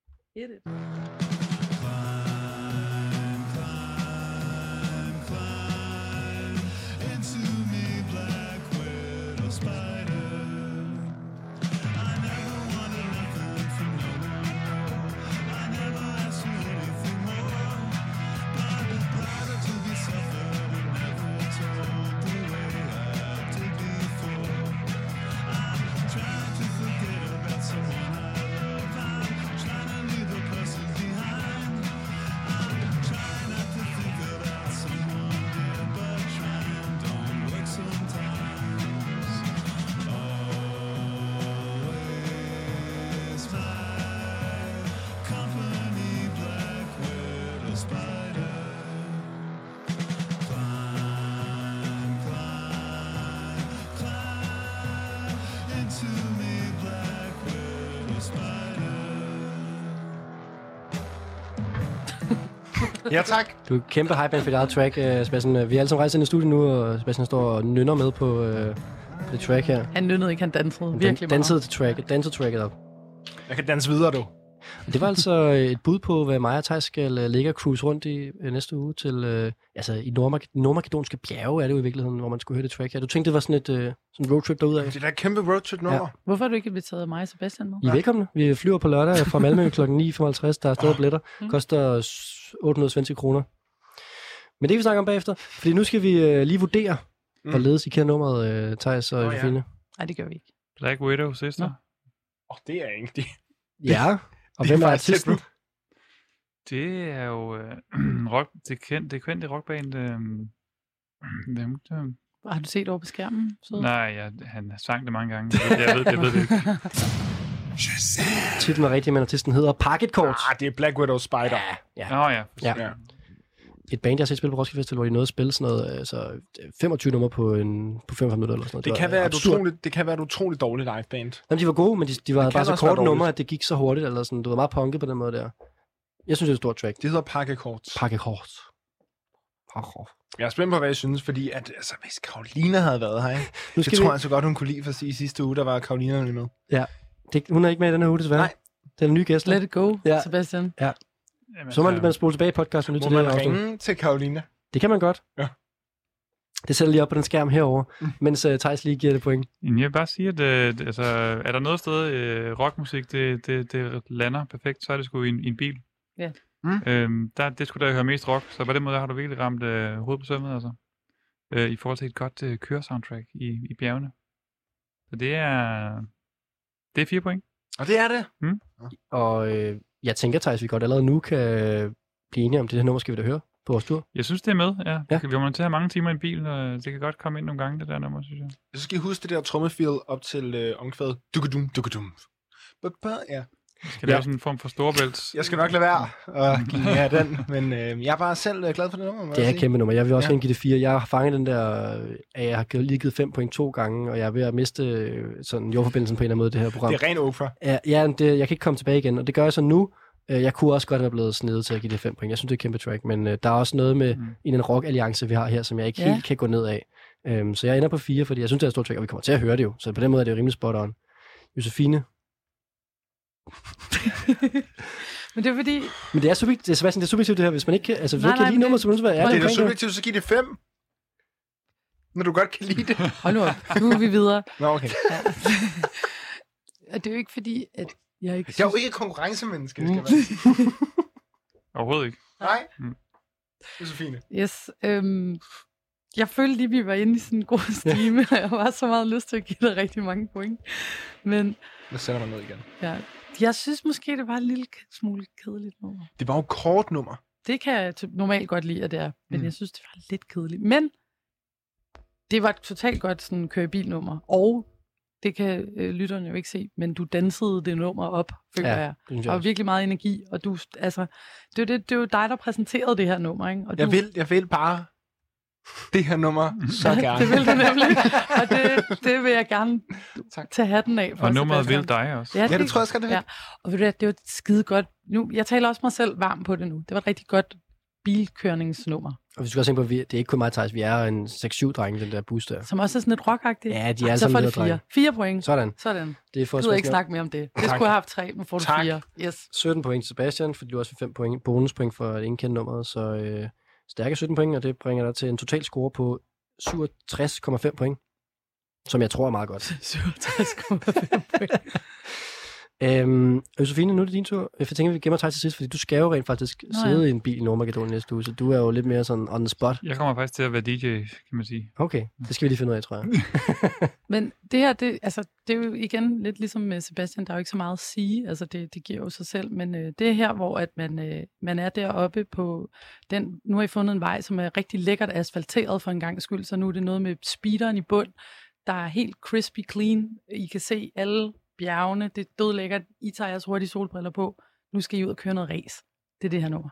Ja, tak. Du er kæmpe hype for dit eget track, Sebastian. Vi er alle sammen rejst ind i studiet nu, og Sebastian står og nynner med på det track her. Han nynnede ikke, han dansede virkelig meget. Dansede tracket op. Jeg kan danse videre, du. Det var altså et bud på, hvad mig og Theis skal ligge og cruise rundt i næste uge til, i nordmakedonske bjerge er det jo i virkeligheden, hvor man skulle høre det track her. Du tænkte, det var sådan et roadtrip derudad? Det er da et kæmpe roadtrip nummer. Ja. Hvorfor har du ikke inviteret mig og Sebastian med? I er velkomne. Vi flyver på lørdag fra Malmø kl. 9.55. Der er stadig billetter. Koster 800 svenske kroner. Men det kan vi snakke om bagefter, fordi nu skal vi lige vurdere, hvorledes I kender nummeret, Theis og Josefine. Nej, det gør vi ikke. Black Widow, sister. Det er ikke det. Ja, og hvem er artisten? Det er jo det kendte rockband. Hvem? Har du set over på skærmen? Så? Nej, han sang det mange gange. Jeg ved det ikke. Titlen er rigtig, men artisten hedder Pocket Chords. Det er Black Widow Spider. Ja. Et band, jeg har set spille på Roskilde Festival, hvor de nåede at spille sådan noget, 25 numre på 45 minutter eller sådan noget. Det kan være et utroligt dårligt liveband. Jamen, de var gode, men de var bare så korte numre, at det gik så hurtigt, eller sådan. Du var meget punket på den måde der. Jeg synes, det er et stort track. Det hedder Pocket Chords. Pocket Chords. Jeg er spændt på, hvad jeg synes, fordi hvis Karolina havde været her, ikke? Det tror jeg så godt, hun kunne lide, for i sidste uge, der var Karolina med. Ja. Hun er ikke med i den her uge, desværre. Nej. Det er en ny gæst. Let it go, Sebastian. Ja. Så må man spole tilbage i podcasten. Må man ringe til Karolina? Det kan man godt. Ja. Det sætter lige op på den skærm herovre, mens Theis lige giver det point. Jeg vil bare sige, at er der noget sted, rockmusik, det lander perfekt, så er det sgu i en bil. Ja. Det skulle der høre mest rock, så på den måde har du virkelig ramt hovedet på sømmet, altså. I forhold til et godt køresoundtrack i bjergene. Så det er 4 point. Og det er det. Og jeg tænker, Theis, vi godt allerede nu kan blive enige om det her nummer, skal vi da høre på vores tur. Jeg synes, det er med, ja. Vi kommer til at have mange timer i en bil, og det kan godt komme ind nogle gange, det der nummer, synes jeg. Så skal I huske det der trommefeel op til omkvædet. Dukadum, dukadum. Ja. Skal lave sådan en form for storebælts? Jeg skal nok lade være at give jer den, men jeg er bare selv glad for det nummer. Det er et kæmpe nummer. Jeg vil også gerne give det 4. Jeg har fanget den der, at jeg har lige givet 5 point 2 gange, og jeg er ved at miste sådan jordforbindelsen på en eller anden måde, det her program. Det er ren Oprah. Ja, jeg kan ikke komme tilbage igen, og det gør jeg så nu. Jeg kunne også godt have blevet snedet til at give det 5 point. Jeg synes, det er et kæmpe track, men der er også noget med i den rock-alliance, vi har her, som jeg ikke helt kan gå ned af. Så jeg ender på 4, fordi jeg synes, det er et stort track, og vi kommer til at høre det jo. Så på den måde er det jo rimelig spot on. Josefine? Men det er fordi... Men det er subjektivt, det er subjektivt det her, hvis man ikke kan... Altså, hvis man ikke kan lide nummer, så synes jeg, det er da subjektivt, så giv det 5. Når du godt kan lide det. Hold nu op, nu er vi videre. Nå, okay. Og det er jo ikke fordi, at jeg ikke Jeg er jo ikke et konkurrencemenneske, skal jeg være. Overhovedet ikke. Nej. Mm. Det er så fint. Yes. Jeg følte lige, vi var inde i sådan en god stime, og jeg var så meget lyst til at give dig rigtig mange point. Men Jeg sætter mig ned igen. ja, jeg synes måske, det var en lille smule kedeligt nummer. Det var jo kort nummer. Det kan jeg normalt godt lide, at det er, men jeg synes, det var lidt kedeligt. Men det var et totalt godt sådan køre bilnummer, og det kan lytterne jo ikke se, men du dansede det nummer op, føler jeg. det synes Der jeg var også. virkelig meget energi, og du, altså, det er jo dig, der præsenterede det her nummer, ikke? Og Jeg vil bare det her nummer så gerne. det vil du nemlig, og det vil jeg gerne tage hatten af for. Og nummeret Sebastian. vil dig også. Ja, det tror jeg skal det. Ja, og ved du hvad, det var skide godt. Nu, jeg taler også mig selv varm på det nu. Det var et rigtig godt bilkørningsnummer, Og vi skal også tænke på, at det er ikke kun mig, Thijs. Vi er en 6-7 drenge, den der bus der. som også er sådan lidt rockagtigt. Ja, de er alle så får sammen det 4. lederdrenge. 4 point. Sådan. Sådan. Det er for Jeg gider ikke snakke mere om det. Det skulle have haft 3, nu får du Tak. 4. Yes. 17 point til Sebastian, fordi du også fik 5 point, bonuspoint for at indkende nummeret, så stærke 17 point, og det bringer dig til en total score på 67,5 point, som jeg tror er meget godt. 67,5 point. Josefine, nu er det din tur. Jeg tænker, vi gemmer dig til sidst, fordi du skal jo rent faktisk ja. sidde i en bil i Nordmakedonien næste uge, så du er jo lidt mere sådan on the spot. Jeg kommer faktisk til at være DJ, kan man sige. Okay, det skal vi lige finde ud af, tror jeg. Men det her, det er jo igen lidt ligesom med Sebastian, der er jo ikke så meget at sige, altså det giver jo sig selv, men det er her, hvor at man er deroppe på den, nu har I fundet en vej, som er rigtig lækkert asfalteret for en gang skyld, så nu er det noget med speederen i bund, der er helt crispy clean, I kan se alle bjergene, det er dødlækkert, I tager jeres hurtige solbriller på, nu skal I ud og køre noget race, det er det her nummer.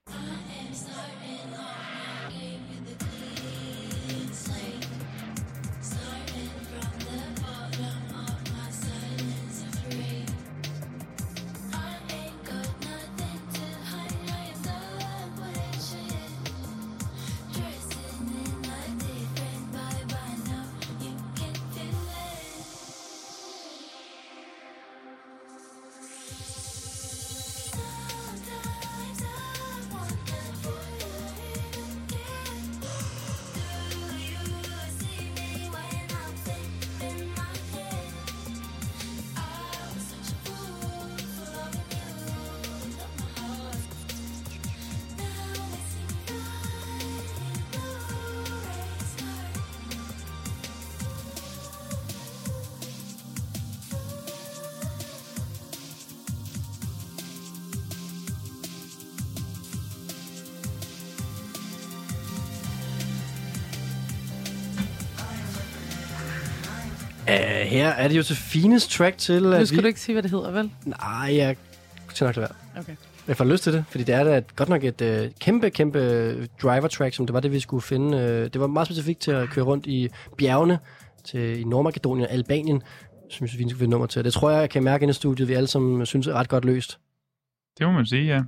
Her er det jo til finest track til... Nu skal du ikke sige, hvad det hedder, vel? Nej, jeg skal nok lade være. Okay. Jeg får lyst til det, fordi det er da godt nok et kæmpe driver track, som det var det, vi skulle finde. Det var meget specifikt til at køre rundt i bjergene i Nordmakedonien og Albanien, som jeg synes, vi skulle finde nummer til. Det tror jeg kan mærke inde i studiet, vi alle sammen synes er ret godt løst. Det må man sige, ja.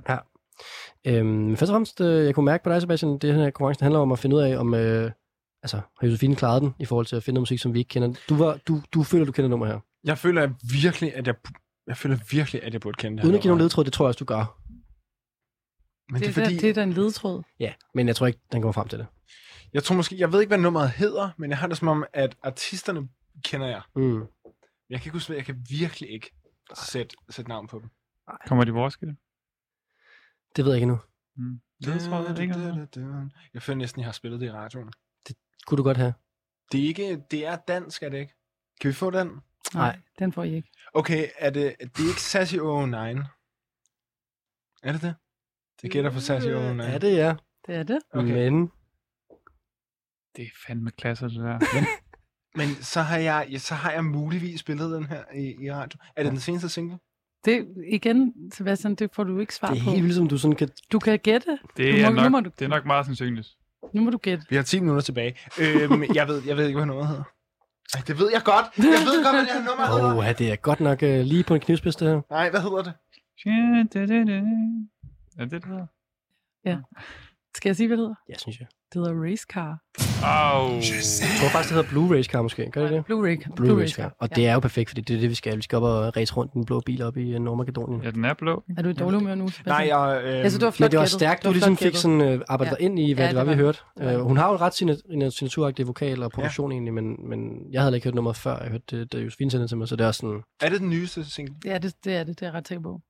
Men først og fremmest, jeg kunne mærke på dig, Sebastian, det her konkurrence handler om at finde ud af, om har Josefine klaret den i forhold til at finde noget musik, som vi ikke kender. Du føler, du kender nummer her. Jeg føler virkelig, at jeg burde kende det her. Uden at give nogen ledtråd, det tror jeg også, du gør. Men Det er da en ledtråd. Ja, men jeg tror ikke, den kommer frem til det. Jeg tror måske, jeg ved ikke, hvad nummeret hedder, men jeg har det som om, at artisterne kender jeg. Mm. Jeg kan ikke huske, jeg kan virkelig ikke sætte navn på dem. Kommer de vores skille? Det ved jeg ikke endnu. Det tror jeg ikke. Jeg føler næsten, jeg har spillet det i radioen. Kunne du godt have? Det er dansk, er det ikke? Kan vi få den? Nej, den får I ikke. Okay, det er ikke Sassy 09? Er det det? Jeg gætter på Sassy 09. Er det, ja. Det er det. Okay. Men Det er fandme klasser, det der. Men så har jeg muligvis spillet den her i radio. Er det den seneste single? Det, igen, Sebastian, det får du ikke svar det er på. helt vildt, som du sådan kan... Du kan gætte. Det er nok meget sandsynligt. Nu må du gætte. Vi har 10 minutter tilbage. Jeg ved ikke, hvad nummeret hedder. Ej, det ved jeg godt. Jeg ved godt, hvad det her nummer hedder. Ja, det er godt nok lige på en knivspids, det her. Nej, hvad hedder det? Er det hedder? Ja. Skal jeg sige, hvad det hedder? Ja, synes jeg. Det hedder Race Car. Au. Jeg tror faktisk, det hedder Blue Race Car måske. Gør det det? Blue Race Car. Og det er jo perfekt, fordi det er det, vi skal. Vi skal op og race rundt den blå bil op i Nordmakedonien. Ja, den er blå. Er du i dårlig humør nu, Sebastian? Nej, jeg... Jeg synes, det var flot Men det var gættet. stærkt, Det var du ligesom flot fik sådan arbejdet dig ind i, hvad Ja, det var, det vi var- hørte. Hun har jo en ret signaturagtig vokal og produktion egentlig, men jeg havde ikke hørt nummeret før. Jeg hørte det, da Josefine sendte til mig, så det er også sådan... Er det den nyeste single? Ja, det er det. Det er jeg ret sikker på.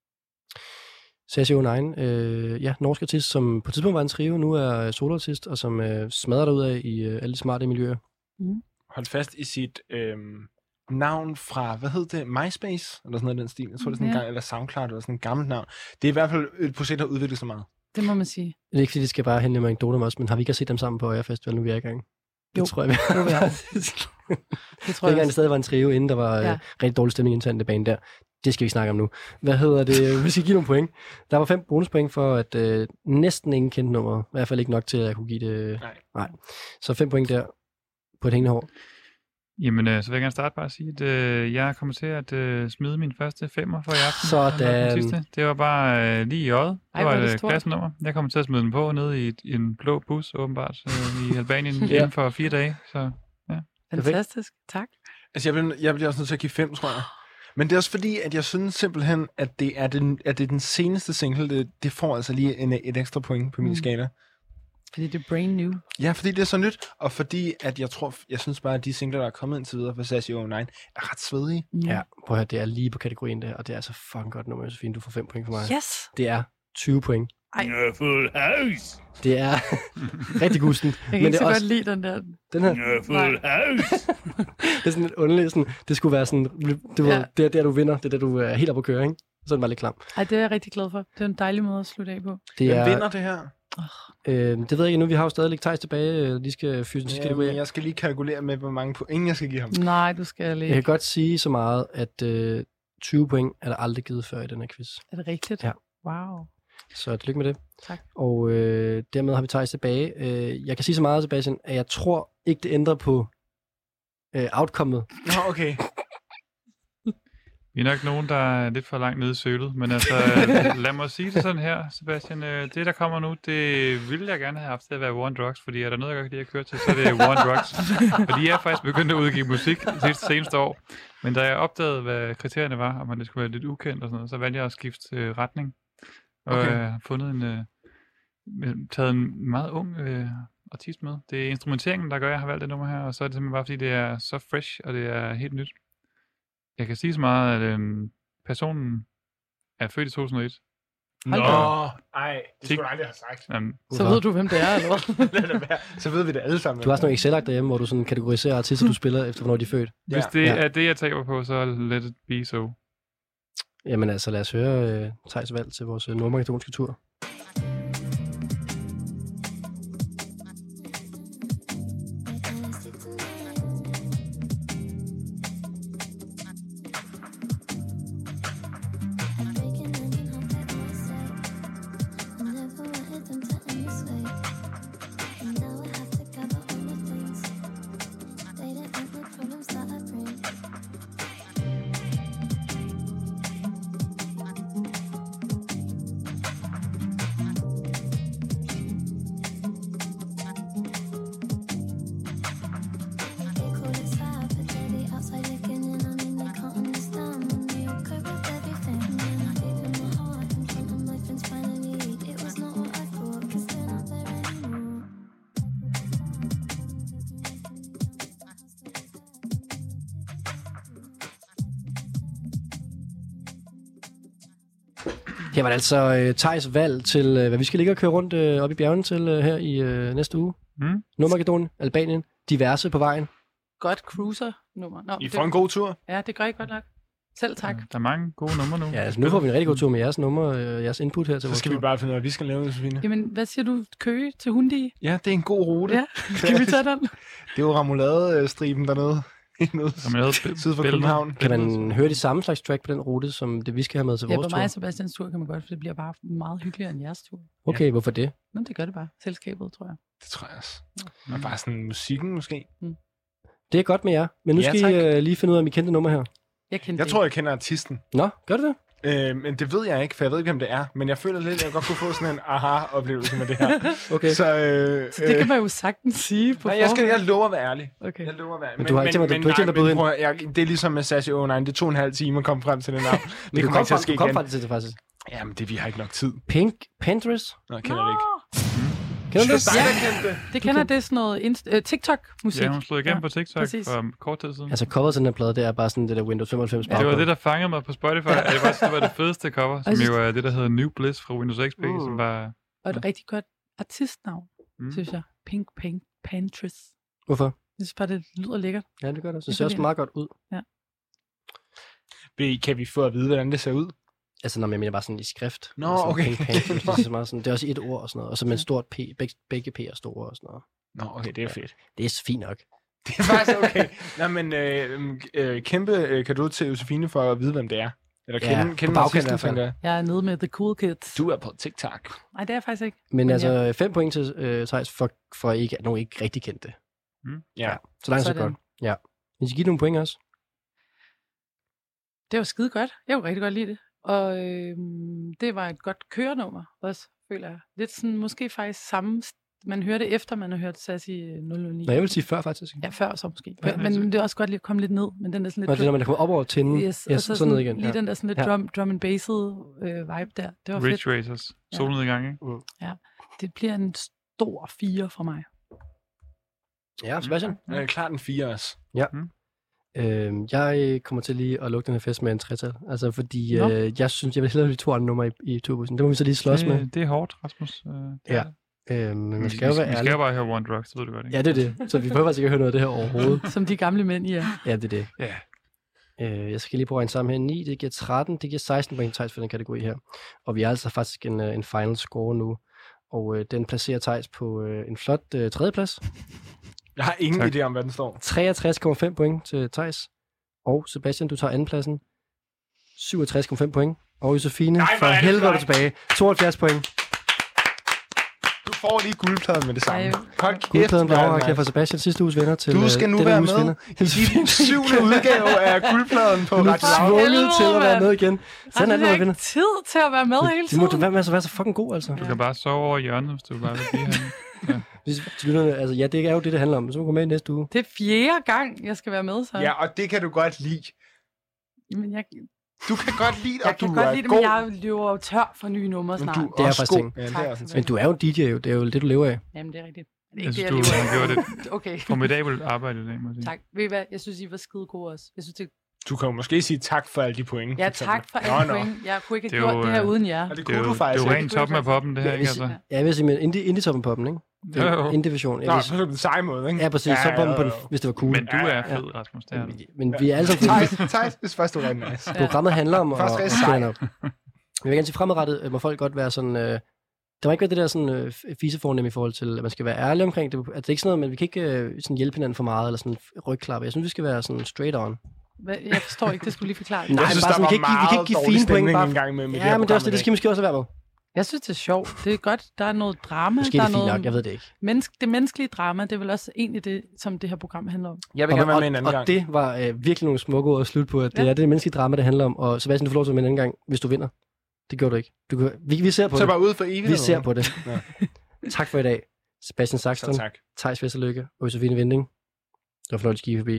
Sashi O9, norsk artist, som på et tidspunkt var en trio, nu er soloartist, og som smadrer derud af i alle de smarte miljøer. Hold fast i sit navn fra, hvad hed det? MySpace? Eller sådan noget i den stil. Jeg tror, det er sådan en Ja. gang, eller SoundCloud, eller sådan en gammelt navn. Det er i hvert fald et projekt, der har udviklet sig meget. Det må man sige. Det er ikke, fordi de skal bare hente med anekdoter med os, men har vi ikke set dem sammen på Air Festival, nu vi er i gang? Jo. Det tror jeg, vi Jo, vi har. Det tror jeg Dengang det også. stadig var en trio, inden der var rigtig dårlig stemning internt i banen der. Det skal vi ikke snakke om nu. Hvad hedder det? Vi skal give nogle point. Der var 5 bonuspoint for, at næsten ingen kendte nummer. I hvert fald ikke nok til, at jeg kunne give det... Nej. Så 5 point der på et hængende hår. Jamen, så vil jeg gerne starte bare at sige, at jeg kommer til at smide min første 5'er for i aften. Sådan. Den sidste. Det var bare lige i øjet. Ej, Det hvor var er det et stort. klassenummer. Jeg kommer til at smide den på nede i en blå bus, åbenbart, i Albanien inden for 4 dage. Så Fantastisk. Tak. Altså, jeg bliver også nødt til at give 5, tror jeg. Men det er også fordi, at jeg synes simpelthen, at det er den seneste single. Det får altså lige et ekstra point på min skala. Fordi det er brand new. Ja, fordi det er så nyt, og fordi at jeg synes bare, at de singler, der er kommet indtil videre fra Sashi O9, er ret svedige. Ja, prøv at høre, det er lige på kategorien der, og det er så fucking godt nummer, Josefine. Du får 5 point for mig. Yes! Det er 20 point. Ej. Full house. Det er rigtig gusten. Jeg kan ikke så godt lide den der. Den her. Full house. Det er sådan lidt underligt. Sådan, det skulle være sådan, det er der, du vinder. Det er der, du er helt oppe at køre, ikke? Så den var lidt klam. Ej, det er jeg rigtig glad for. Det er en dejlig måde at slutte af på. Det er, Hvem vinder det her? det ved jeg ikke endnu. Vi har jo stadig Thijs tilbage. De skal fyre den sidste kategori. Jeg skal lige kalkulere med, hvor mange point jeg skal give ham. Nej, du skal Jeg ikke. kan godt sige så meget, at 20 point er der aldrig givet før i den her quiz. Er det rigtigt? Ja. Wow. Så tillykke med det. Tak. Og dermed har vi Thijs tilbage. Jeg kan sige så meget, Sebastian, at jeg tror ikke, det ændrer på outcomet. Nå, okay. Vi er nok nogen, der er lidt for langt nede i sølet, men altså, lad mig sige det sådan her, Sebastian. Det, der kommer nu, det ville jeg gerne have haft til at være War on Drugs, fordi er der noget, jeg godt kan lide at køre til, så er det War on Drugs. Og de er faktisk begyndt at udgive musik det seneste år. Men da jeg opdagede, hvad kriterierne var, om det skulle være lidt ukendt og sådan noget, så valgte jeg at skifte retning. Og har fundet taget en meget ung artist med. Det er instrumenteringen, der gør, at jeg har valgt det nummer her, og så er det simpelthen bare, fordi det er så fresh, og det er helt nyt. Jeg kan sige så meget, at personen er født i 2001. Nå, ej, det skulle du aldrig have sagt. Jamen, Så ved du, hvem det er, eller hvad? Lad det være. Så ved vi det alle sammen. Du har sådan nogle Excel-ark derhjemme, hvor du sådan kategoriserer artister, du spiller, efter hvornår de er født. hvis det er det, jeg taber på, så let it be so. Jamen altså, lad os høre Thijs valg til vores nordmakedonske tur. Her var det altså Thijs valg til, hvad vi skal ligge og køre rundt op i bjergene til her i næste uge. Nordmakedonien, Albanien, diverse på vejen. Godt cruiser-nummer. Nå, I får en god tur. Ja, det gør I godt nok. Selv tak. Der er mange gode numre nu. Ja, altså nu får vi en rigtig god tur med jeres nummer, jeres input her til Så vores skal vi tur. bare finde ud af, hvad vi skal lave, Josefine. Jamen, hvad siger du? Køge til Hundi? Ja, det er en god rute. Ja, skal vi tage den? Det er jo Ramolade-striben dernede. Syd for København. Kan man høre de samme slags track på den rute, som det vi skal have med til Ja, vores på tur? mig og Sebastians tur kan man godt, for det bliver bare meget hyggeligere end jeres tur. Okay, hvorfor det? Men det gør det bare. Selskabet, tror jeg. Det tror jeg også. Og bare sådan musikken måske. Det er godt med jer, men nu Ja, skal I lige finde ud af, om I kendte nummer her. Jeg kendte Jeg tror, jeg kender artisten. Nå, gør det det? Men det ved jeg ikke, for jeg ved ikke, hvem det er. Men jeg føler lidt, at jeg godt kunne få sådan en aha-oplevelse med det her. Okay. Så det kan man jo sagtens sige på Nej, jeg lover at være ærlig. Okay. Jeg lover at være ærlig. Men du har ikke tænkt dig at byde ind? Det er ligesom med Sashi O'Nine. Det tog en halv time at komme frem til den navn. Men du kom frem til det faktisk. Jamen, vi har ikke nok tid. Pinterest? Nå, jeg kender det ikke. Kender du det? Ja, det kender det sådan noget TikTok-musik. Ja, hun slog igennem på TikTok præcis. for kort tid siden. Altså coveret til den her plade, det er bare sådan det der Windows 95 Ja, det var det, der fangede mig på Spotify. Det var det fedeste cover, som jo er det, der hedder New Bliss fra Windows XP, som var... Og et rigtig godt artistnavn, synes jeg. Pink Pinterest. Hvorfor? Jeg synes bare, det lyder lækkert. Ja, det gør det. Det ser også meget godt ud. Ja. Kan vi få at vide, hvordan det ser ud? Altså, når jeg mener bare sådan i skrift. Nå, sådan okay. Det er meget sådan, det er også et ord og sådan noget. Og så med en stort P. Begge P er store og sådan noget. Nå, okay, det er fedt. Det er fint nok. Det er faktisk okay. Nå, men kæmpe kado til Josefine for at vide, hvem det er. Eller kende på bagkant i hvert fald. Jeg er nede med The Cool Kids. Du er på TikTok. Nej, det er jeg faktisk ikke. Men altså, 5 point til Theis for ikke, nogen ikke rigtig kendte det. Ja. Så langt så godt. Ja. Vil I give nogle point også? Det var skide godt. Jeg kunne rigtig godt lide det. Og det var et godt kørenummer også, føler jeg. Lidt sådan, måske faktisk samme... Man hører det efter, man har hørt Sassy 009. Nej, jeg vil sige før faktisk. Ja, før så måske. Ja, men det er også godt lige at komme lidt ned. Men den der sådan lidt... det er, når man kommer op over tinden, yes, og så ned igen. Lige den der sådan lidt drum and basset vibe der. Det var Ridge fedt. Racers. Solnedgang, ikke? Ja, det bliver en stor 4 for mig. Ja, Sebastian? Ja, klart en 4 også. Ja. Jeg kommer til lige at lukke den her fest med en 3-tal. Altså, fordi jeg synes, jeg vil hellere have de 2 andre numre i turbussen. Det må vi så lige slås med. Det er hårdt, Rasmus. Ja. Men man skal jo være ærlig. Vi skal jo bare høre One Drugs, det ved du godt, ikke? Ja, det er det. Så vi behøver faktisk ikke at høre noget af det her overhovedet. Som de gamle mænd, ja. Ja, det er det. Ja. Jeg skal lige prøve en sammen her. 9, det giver 13, det giver 16 point Theis for den kategori her. Og vi har altså faktisk en final score nu. Og den placerer Theis på en flot 3. plads. Jeg har ingen idé om, hvad den står. 63,5 point til Theis. Og Sebastian, du tager andenpladsen. 67,5 point. Og Josefine, for helvede er du tilbage. 72 point. Du får lige guldpladen med det samme. Guldpladen bliver overrakt for Sebastian sidste uges vinder til du skal nu være med i din 7. udgave af guldpladen på Radio Loud. Du er tvunget til at være med igen. Sådan er det, jeg ikke tid til at være med hele tiden. Du må være med at være så fucking god, altså. Du kan bare sove over hjørnet, hvis du bare vil blive herinde. Altså, ja, det er jo det handler om. Så må du gå med i næste uge. Det er 4. gang, jeg skal være med, så. Ja, og det kan du godt lide. Jamen, du kan godt lide, jeg kan godt lide det, men jeg løber jo tør for nye numre snart. Det er faktisk ting. Men du er jo DJ, jo. Det er jo det, du lever af. Jamen, det er rigtigt. Det er ikke det, jeg lever af. Du har gjort det formidabelt arbejde i dag, må jeg sige. Tak. Ved I hvad? Jeg synes, I var skide gode også. Jeg synes, det... Du kan jo måske sige tak for alle de point. Ja, tak for alle point. Jeg kunne ikke have gjort det her uden jer. Og det kunne du faktisk. Det er jo rent toppen af poppen, det her, ikke altså? Ja, jeg vil sige, men indie-toppen poppen, ikke? Indie-division. Nå, så er det den seje måde, ikke? Ja, præcis. Så på den, hvis det var cool. Men du er fed, Rasmus. Det er du. Men vi er alle sammen... Theis, det er faktisk du rigtig nice. Programmet handler om at skære op. Jeg vil gerne sige, fremadrettet må folk godt være sådan... Der må ikke være det der sådan fisefornem i forhold til, at man skal være ærlig omkring det. Altså, det er ikke sådan noget, men vi kan ikke sådan hjælpe hinanden for meget, eller sådan rygklappe. Jeg synes, vi skal være sådan straight on. Jeg forstår ikke, det skulle lige forklare. Nej, jeg synes, bare der var vi kan ikke give fine point bare. Engang med ja, men det er også det skal måske også være med. Jeg synes, det er sjovt. Det er godt. Der er noget drama. Måske der er det fint nok, jeg ved det ikke. Det menneskelige drama, det er vel også egentlig det, som det her program handler om. Jeg vil gerne være med en anden gang. Og det var virkelig nogle smukke ord at slutte på, at det er det menneskelige drama, det handler om. Og Sebastian, du får lov til at med en anden gang, hvis du vinder. Det gjorde du ikke. Vi ser på så det. bare ud for evigt. Vi ser på det. Ja. Tak for i dag. Sebastian Saxton, Theis Vesterlykke og Josefine Winding. Det var fornøjelig at kigge forbi.